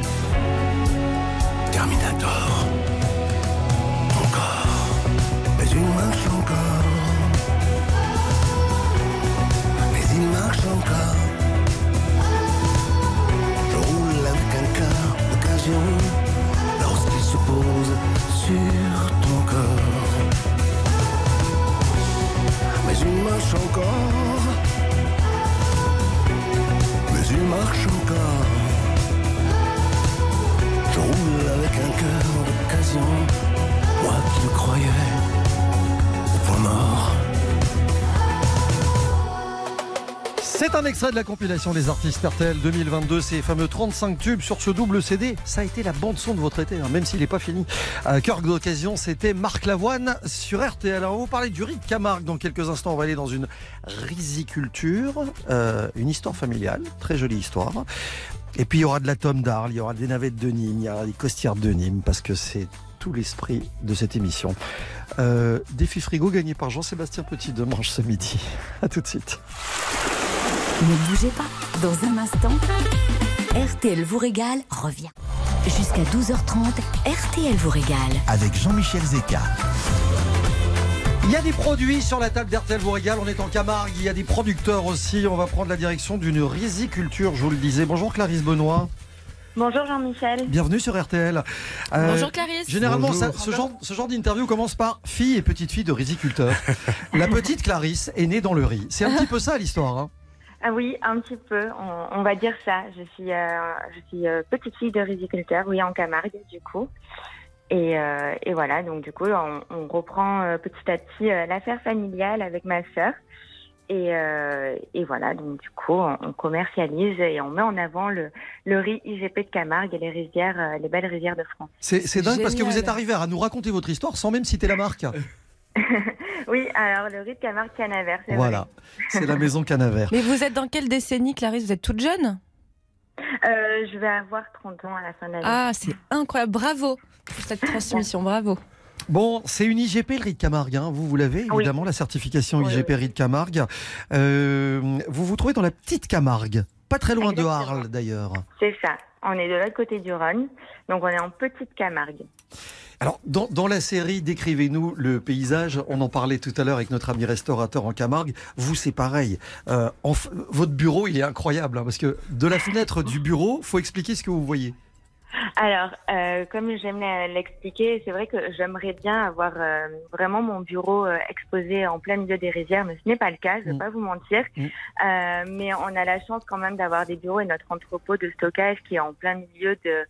Terminator. Ton corps, mais il marche encore. Mais il marche encore. Je roule avec un cœur d'occasion lorsqu'il se pose sur ton corps. Mais il marche encore. Mais il marche encore. Je roule avec un cœur d'occasion. Moi qui le croyais au point mort. C'est un extrait de la compilation des artistes R T L deux mille vingt-deux, ces fameux trente-cinq tubes sur ce double C D. Ça a été la bande-son de votre été, hein, même s'il n'est pas fini. Euh, cœur d'occasion, c'était Marc Lavoine sur R T L. Alors, on va vous parler du riz de Camargue dans quelques instants. On va aller dans une riziculture, euh, une histoire familiale, très jolie histoire. Et puis, il y aura de la tome d'Arles, il y aura des navettes de Nîmes, il y aura des costières de Nîmes, parce que c'est tout l'esprit de cette émission. Euh, défi frigo gagné par Jean-Sébastien Petit de Manche ce midi. À tout de suite. Ne bougez pas, dans un instant, R T L vous régale revient. Jusqu'à douze heures trente, R T L vous régale. Avec Jean-Michel Zeka. Il y a des produits sur la table d'R T L vous régale, on est en Camargue, il y a des producteurs aussi, on va prendre la direction d'une riziculture, je vous le disais. Bonjour Clarisse Benoît. Bonjour Jean-Michel. Bienvenue sur R T L. Euh, Bonjour Clarisse. Généralement, Bonjour. Ça, ce, genre, ce genre d'interview commence par fille et petite fille de riziculteurs. La petite Clarisse est née dans le riz. C'est un petit peu ça l'histoire. Hein. Ah oui, un petit peu, on, on va dire ça. Je suis, euh, je suis euh, petite fille de riziculteur, oui, en Camargue du coup. Et, euh, et voilà, donc du coup, on, on reprend euh, petit à petit euh, l'affaire familiale avec ma sœur. Et, euh, et voilà, donc du coup, on, on commercialise et on met en avant le, le riz I G P de Camargue et les rizières, euh, les belles rizières de France. C'est, c'est dingue parce que vous êtes arrivé à nous raconter votre histoire sans même citer la marque. Oui, alors le riz de Camargue Canavert, c'est Voilà, vrai. C'est la maison Canavert. Mais vous êtes dans quelle décennie, Clarisse? Vous êtes toute jeune? euh, Je vais avoir trente ans à la fin de l'année. Ah, c'est incroyable, bravo pour cette transmission, bravo. Bon, c'est une I G P, le riz de Camargue. Hein. Vous, vous l'avez, évidemment, oui. La certification oui, I G P oui. riz de Camargue. Euh, vous vous trouvez dans la petite Camargue, pas très loin Exactement. de Arles, d'ailleurs. C'est ça. On est de l'autre côté du Rhône, donc on est en petite Camargue. Alors, dans, dans la série, décrivez-nous le paysage. On en parlait tout à l'heure avec notre ami restaurateur en Camargue. Vous, c'est pareil. Euh, en, votre bureau, il est incroyable, hein, parce que de la fenêtre du bureau, faut expliquer ce que vous voyez. Alors, euh, comme j'aime l'expliquer, c'est vrai que j'aimerais bien avoir euh, vraiment mon bureau euh, exposé en plein milieu des rizières, mais ce n'est pas le cas, je ne vais mmh. pas vous mentir. Mmh. Euh, mais on a la chance quand même d'avoir des bureaux et notre entrepôt de stockage qui est en plein milieu de,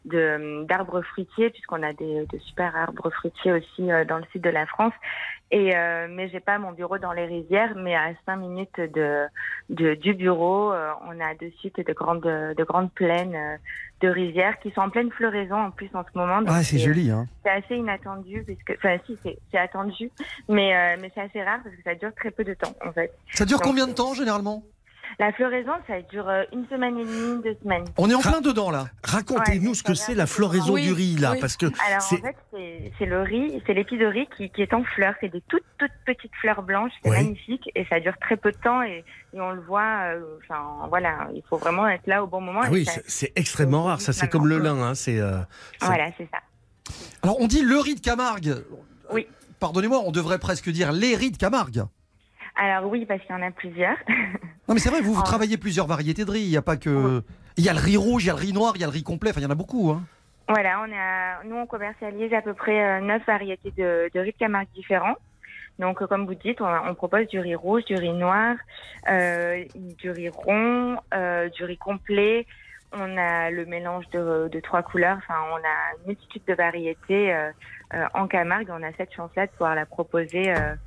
de, d'arbres fruitiers, puisqu'on a des, de super arbres fruitiers aussi euh, dans le sud de la France. Et euh, mais j'ai pas mon bureau dans les rizières, mais à cinq minutes de, de du bureau, euh, on a de suite de grandes de grandes plaines euh, de rizières qui sont en pleine floraison en plus en ce moment. Donc ah, c'est, c'est joli, hein. C'est assez inattendu puisque, enfin si c'est, c'est attendu, mais euh, mais c'est assez rare parce que ça dure très peu de temps en fait. Ça dure donc, combien de temps généralement? La floraison, ça dure une semaine et demie, deux semaines. On est en plein dedans, là. Racontez-nous ouais, ce que c'est la floraison oui, du riz, là. Oui. Parce que Alors, c'est... en fait, c'est, c'est le riz, c'est l'épi de riz qui, qui est en fleurs. C'est des toutes, toutes petites fleurs blanches. C'est ouais. magnifique. Et ça dure très peu de temps. Et, et on le voit, euh, enfin, voilà, il faut vraiment être là au bon moment. Ah oui, ça, c'est, c'est extrêmement rare. Ça, c'est comme le lin. Hein. C'est, euh, c'est... Voilà, c'est ça. Alors, on dit le riz de Camargue. Oui. Pardonnez-moi, on devrait presque dire les riz de Camargue. Alors oui, parce qu'il y en a plusieurs. Non mais c'est vrai, vous, vous oh. travaillez plusieurs variétés de riz. Il n'y a pas que... Il y a le riz rouge, il y a le riz noir, il y a le riz complet. Enfin, il y en a beaucoup. Hein. Voilà, on a... nous on commercialise à peu près neuf variétés de, de riz de Camargue différents. Donc euh, comme vous dites, on, on propose du riz rouge, du riz noir, euh, du riz rond, euh, du riz complet. On a le mélange de, de trois couleurs. Enfin, on a une multitude de variétés euh, euh, en Camargue. On a cette chance-là de pouvoir la proposer... Euh,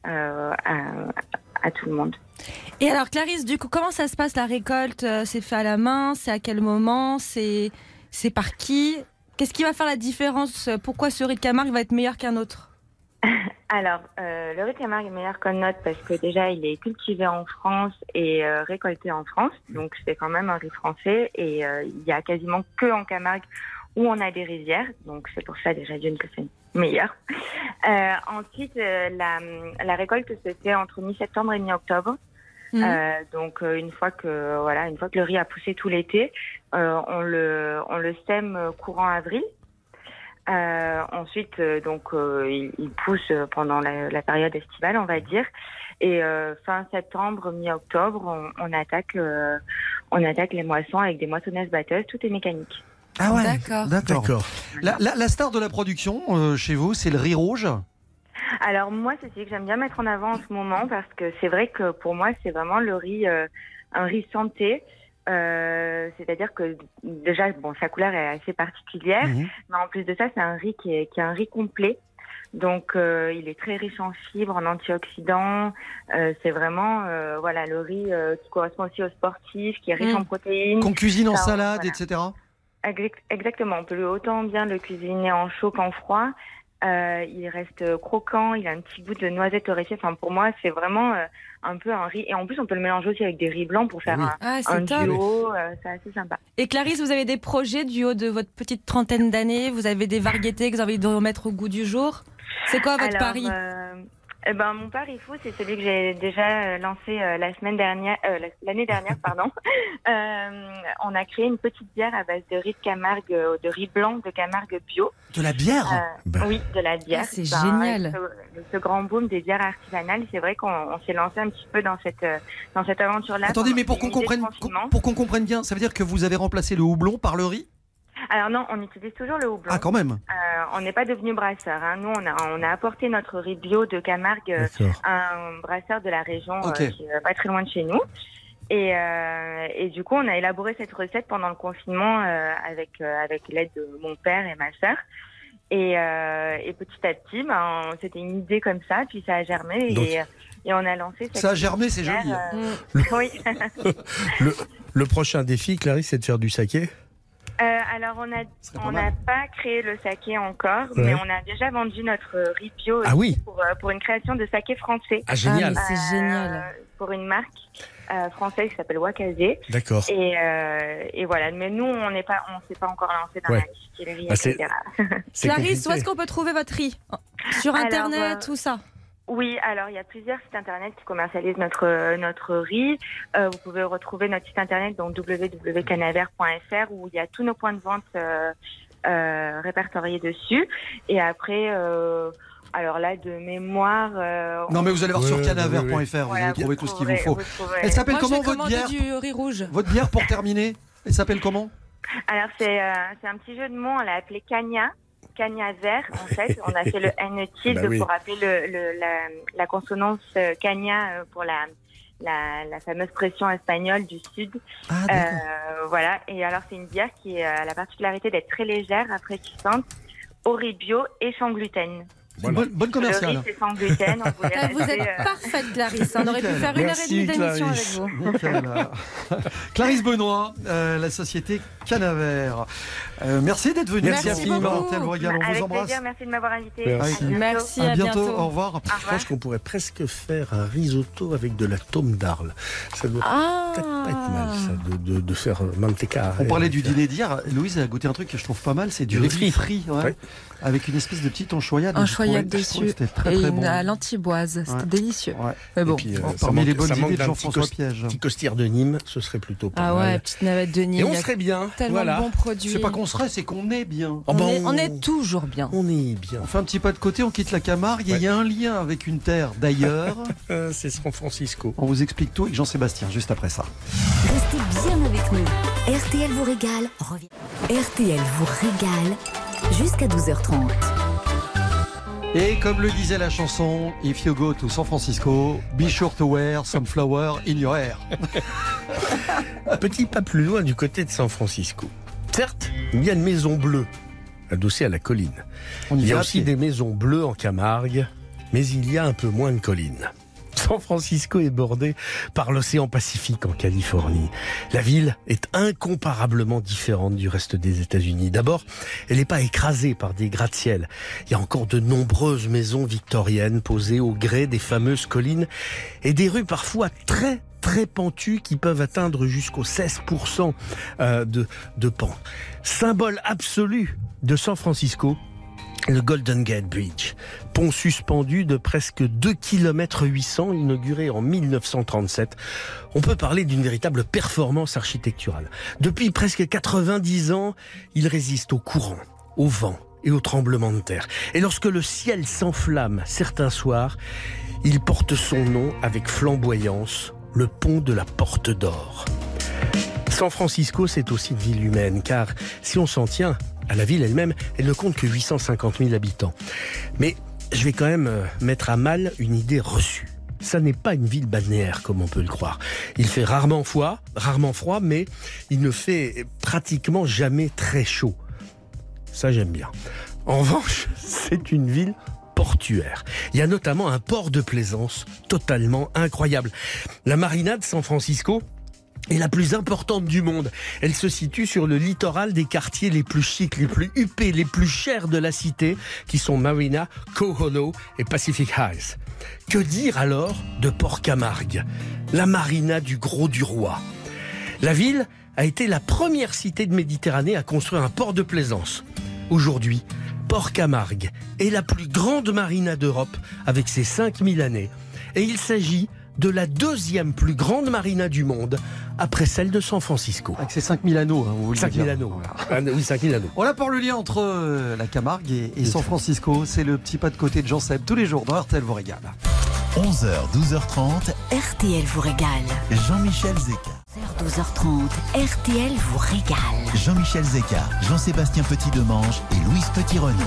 euh, à, à tout le monde. Et alors Clarisse, du coup, comment ça se passe la récolte? C'est fait à la main? C'est à quel moment? C'est, c'est par qui? Qu'est-ce qui va faire la différence? Pourquoi ce riz de Camargue va être meilleur qu'un autre? Alors, euh, le riz de Camargue est meilleur qu'un autre parce que déjà, il est cultivé en France et euh, récolté en France. Donc, c'est quand même un riz français. Et euh, il y a quasiment que en Camargue où on a des rizières. Donc, c'est pour ça déjà d'une que c'est meilleur. Euh, ensuite, euh, la, la récolte se fait entre mi-septembre et mi-octobre. Mmh. Euh, donc, euh, une fois que voilà, une fois que le riz a poussé tout l'été, euh, on le on le sème courant avril. Euh, ensuite, euh, donc, euh, il, il pousse pendant la, la période estivale, on va dire. Et euh, fin septembre, mi-octobre, on, on attaque, euh, on attaque les moissons avec des moissonneuses batteuses. Tout est mécanique. Ah ouais. D'accord. D'accord. D'accord. La, la, la star de la production euh, chez vous, c'est le riz rouge. Alors moi, c'est celui que j'aime bien mettre en avant en ce moment parce que c'est vrai que pour moi, c'est vraiment le riz, euh, un riz santé. Euh, c'est-à-dire que déjà, bon, sa couleur est assez particulière, mmh. mais en plus de ça, c'est un riz qui est, qui est un riz complet. Donc, euh, il est très riche en fibres, en antioxydants. Euh, c'est vraiment, euh, voilà, le riz euh, qui correspond aussi aux sportifs, qui est riche mmh. en protéines. Qu'on cuisine en ça, salade, voilà. et cetera. Exactement. On peut autant bien le cuisiner en chaud qu'en froid. Euh, il reste croquant, il a un petit goût de noisette torréfiée. Enfin, pour moi, c'est vraiment euh, un peu un riz. Et en plus, on peut le mélanger aussi avec des riz blancs pour faire oui. un, ah, un duo. Euh, c'est assez sympa. Et Clarisse, vous avez des projets du haut de votre petite trentaine d'années? Vous avez des variétés que vous avez envie de remettre au goût du jour? C'est quoi votre Alors, pari euh, eh ben, mon pari fou, c'est celui que j'ai déjà lancé euh, la semaine dernière, euh, l'année dernière, pardon. euh, on a créé une petite bière à base de riz de Camargue, euh, de riz blanc de Camargue bio. De la bière euh, bah. Oui, de la bière. Ah, c'est ben, génial. Ce, ce grand boom des bières artisanales, c'est vrai qu'on on s'est lancé un petit peu dans cette dans cette aventure-là. Attendez, mais pour qu'on comprenne, pour qu'on comprenne bien, ça veut dire que vous avez remplacé le houblon par le riz? Alors non, on utilise toujours le houblon. Ah, quand même. Euh, on n'est pas devenu brasseur. Hein. Nous, on a, on a apporté notre riz bio de Camargue à un brasseur de la région okay. euh, qui est pas très loin de chez nous. Et, euh, et du coup, on a élaboré cette recette pendant le confinement euh, avec euh, avec l'aide de mon père et ma sœur. Et, euh, et petit à petit, ben, c'était une idée comme ça, puis ça a germé. Donc, et, et on a lancé cette ça a germé, c'est joli. Euh... Le, oui. le, le prochain défi, Clarisse, c'est de faire du saké. Euh, alors on a on n'a pas créé le saké encore, ouais. mais on a déjà vendu notre riz bio ah oui. pour pour une création de saké français. Ah génial, ah, c'est euh, génial. Pour une marque euh, française qui s'appelle Wakazé. D'accord. Et euh, et voilà, mais nous on n'est pas on s'est pas encore lancé dans ouais. la distillerie, bah, et cetera. Clarisse, où est-ce qu'on peut trouver votre riz? Sur internet, alors, euh, tout ça? Oui, alors il y a plusieurs sites internet qui commercialisent notre notre riz. Euh, vous pouvez retrouver notre site internet donc w w w point canaver point f r où il y a tous nos points de vente euh, euh, répertoriés dessus. Et après, euh, alors là de mémoire. Euh, non mais vous allez voir ouais, sur canaver point f r, ouais, vous voilà, allez trouver tout ce qu'il vous faut. Vous Elle s'appelle Moi, comment votre bière? du riz rouge. Votre bière pour terminer. Elle s'appelle comment? Alors c'est euh, c'est un petit jeu de mots. On l'a appelé Cagna. Cagna vert, en fait. On a fait le N tilde bah oui. pour rappeler le, le, la, la consonance euh, Cagna pour la, la, la fameuse pression espagnole du sud. Ah, euh, voilà. Et alors, c'est une bière qui a la particularité d'être très légère, rafraîchissante, au riz bio et sans gluten. Voilà. Bonne, bonne commerciale. Le riz, c'est sans gluten. On voulait ah, vous rester, êtes euh... parfaite, Clarisse. On aurait pu faire une Merci, heure et demie d'émission avec vous. Clarisse Benoît, euh, la société Canaver. Euh, merci d'être venue. Merci, merci infiniment. On vous avec embrasse. plaisir, merci de m'avoir invité. Merci, à merci à, à bientôt. bientôt. Au revoir. Je pense qu'on pourrait presque faire un risotto avec de la tome d'Arles. Ça doit ah. peut-être pas être mal, ça, de, de, de faire manteca. On parlait du dîner d'hier. Louise a goûté un truc que je trouve pas mal, c'est du riz frit. frit ouais. Ouais. Avec une espèce de petite anchoyade. Anchoyade dessus. C'était très, et très une bon. à l'antiboise. C'était ouais. délicieux. Ouais. Mais bon. Puis, euh, bon parmi manque, les bonnes idées de Jean-François Jean-François Piège. Petit costière de Nîmes, ce serait plutôt pas ah mal. Ah ouais, petite navette de Nîmes. Et on serait bien. Tellement voilà. de bons produits. C'est pas qu'on serait, c'est qu'on est bien. On, oh ben est, on... on est toujours bien. On est bien. On fait un petit pas de côté, on quitte la Camargue. Ouais. Et il y a un lien avec une terre d'ailleurs. C'est San Francisco. On vous explique tout avec Jean-Sébastien juste après ça. Restez bien avec nous. R T L vous régale. Revient. R T L vous régale jusqu'à douze heures trente. Et comme le disait la chanson, If you go to San Francisco, be sure to wear some flower in your hair. Petit pas plus loin du côté de San Francisco. Certes, il y a une maison bleue adossée à la colline. On y il y a va aussi des maisons bleues en Camargue mais il y a un peu moins de collines. San Francisco est bordée par l'océan Pacifique en Californie. La ville est incomparablement différente du reste des États-Unis. D'abord, elle n'est pas écrasée par des gratte-ciel. Il y a encore de nombreuses maisons victoriennes posées au gré des fameuses collines et des rues parfois très très pentues qui peuvent atteindre jusqu'au seize pour cent de, de pente. Symbole absolu de San Francisco, le Golden Gate Bridge, pont suspendu de presque deux virgule huit kilomètres, inauguré en mille neuf cent trente-sept. On peut parler d'une véritable performance architecturale. Depuis presque quatre-vingt-dix ans, il résiste au courant, au vent et aux tremblements de terre. Et lorsque le ciel s'enflamme certains soirs, il porte son nom avec flamboyance, le pont de la Porte d'Or. San Francisco, c'est aussi une ville humaine, car si on s'en tient à la ville elle-même, elle ne compte que huit cent cinquante mille habitants. Mais je vais quand même mettre à mal une idée reçue. Ça n'est pas une ville balnéaire comme on peut le croire. Il fait rarement froid, rarement froid, mais il ne fait pratiquement jamais très chaud. Ça, j'aime bien. En revanche, c'est une ville portuaire. Il y a notamment un port de plaisance totalement incroyable. La marina de San Francisco est la plus importante du monde. Elle se situe sur le littoral des quartiers les plus chics, les plus huppés, les plus chers de la cité, qui sont Marina, Cohono et Pacific Heights. Que dire alors de Port Camargue, la marina du Gros du Roi? La ville a été la première cité de Méditerranée à construire un port de plaisance. Aujourd'hui, Port Camargue est la plus grande marina d'Europe avec ses cinq mille années. Et il s'agit de la deuxième plus grande marina du monde, après celle de San Francisco. Avec ses cinq mille anneaux, hein, vous voulez cinq mille dire. anneaux. Voilà. Ah, oui, cinq mille anneaux. Voilà pour le lien entre euh, la Camargue et, et San Francisco. C'est le petit pas de côté de Jean Seb, tous les jours dans R T L vous régale. onze heures, douze heures trente. R T L vous régale. Jean-Michel Zeka. onze heures, douze heures trente. R T L vous régale. Jean-Michel Zeka, Jean-Sébastien Petit-Demange et Louise Petit-Renaud.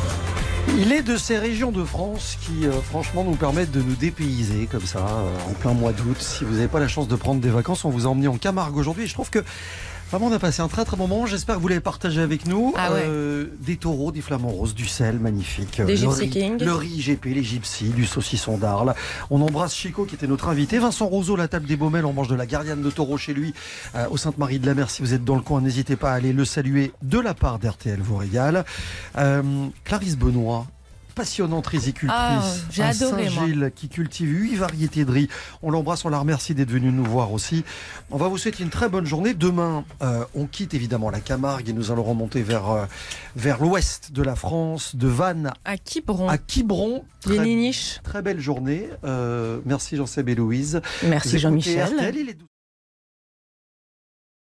Il est de ces régions de France qui, euh, franchement, nous permettent de nous dépayser comme ça, euh, en plein mois d'août. Si vous n'avez pas la chance de prendre des vacances, on vous a emmené en Camargue aujourd'hui. Et je trouve que vraiment, on a passé un très très bon moment. J'espère que vous l'avez partagé avec nous. Ah ouais. euh, des taureaux, des flamants roses, du sel, magnifique. Des le Gypsy riz, King. le riz G P, les gypsies, du saucisson d'Arles. On embrasse Chico qui était notre invité. Vincent Roseau, la table des Baumelles. On mange de la gardienne de taureau chez lui, euh, au Sainte-Marie-de-la-Mer. Si vous êtes dans le coin, n'hésitez pas à aller le saluer de la part d'R T L vous régale. Euh, Clarisse Benoît, passionnante rizicultrice, Ah, j'ai à adoré, Saint-Gilles, moi. qui cultive huit variétés de riz. On l'embrasse, on la remercie d'être venu nous voir aussi. On va vous souhaiter une très bonne journée. Demain, euh, on quitte évidemment la Camargue et nous allons remonter vers, euh, vers l'ouest de la France, de Vannes À Quiberon. à Quiberon. Les Très, Niniches. très belle journée. Euh, merci Jean-Seb et Louise. Merci Vous écoutez Jean-Michel. R T L, il est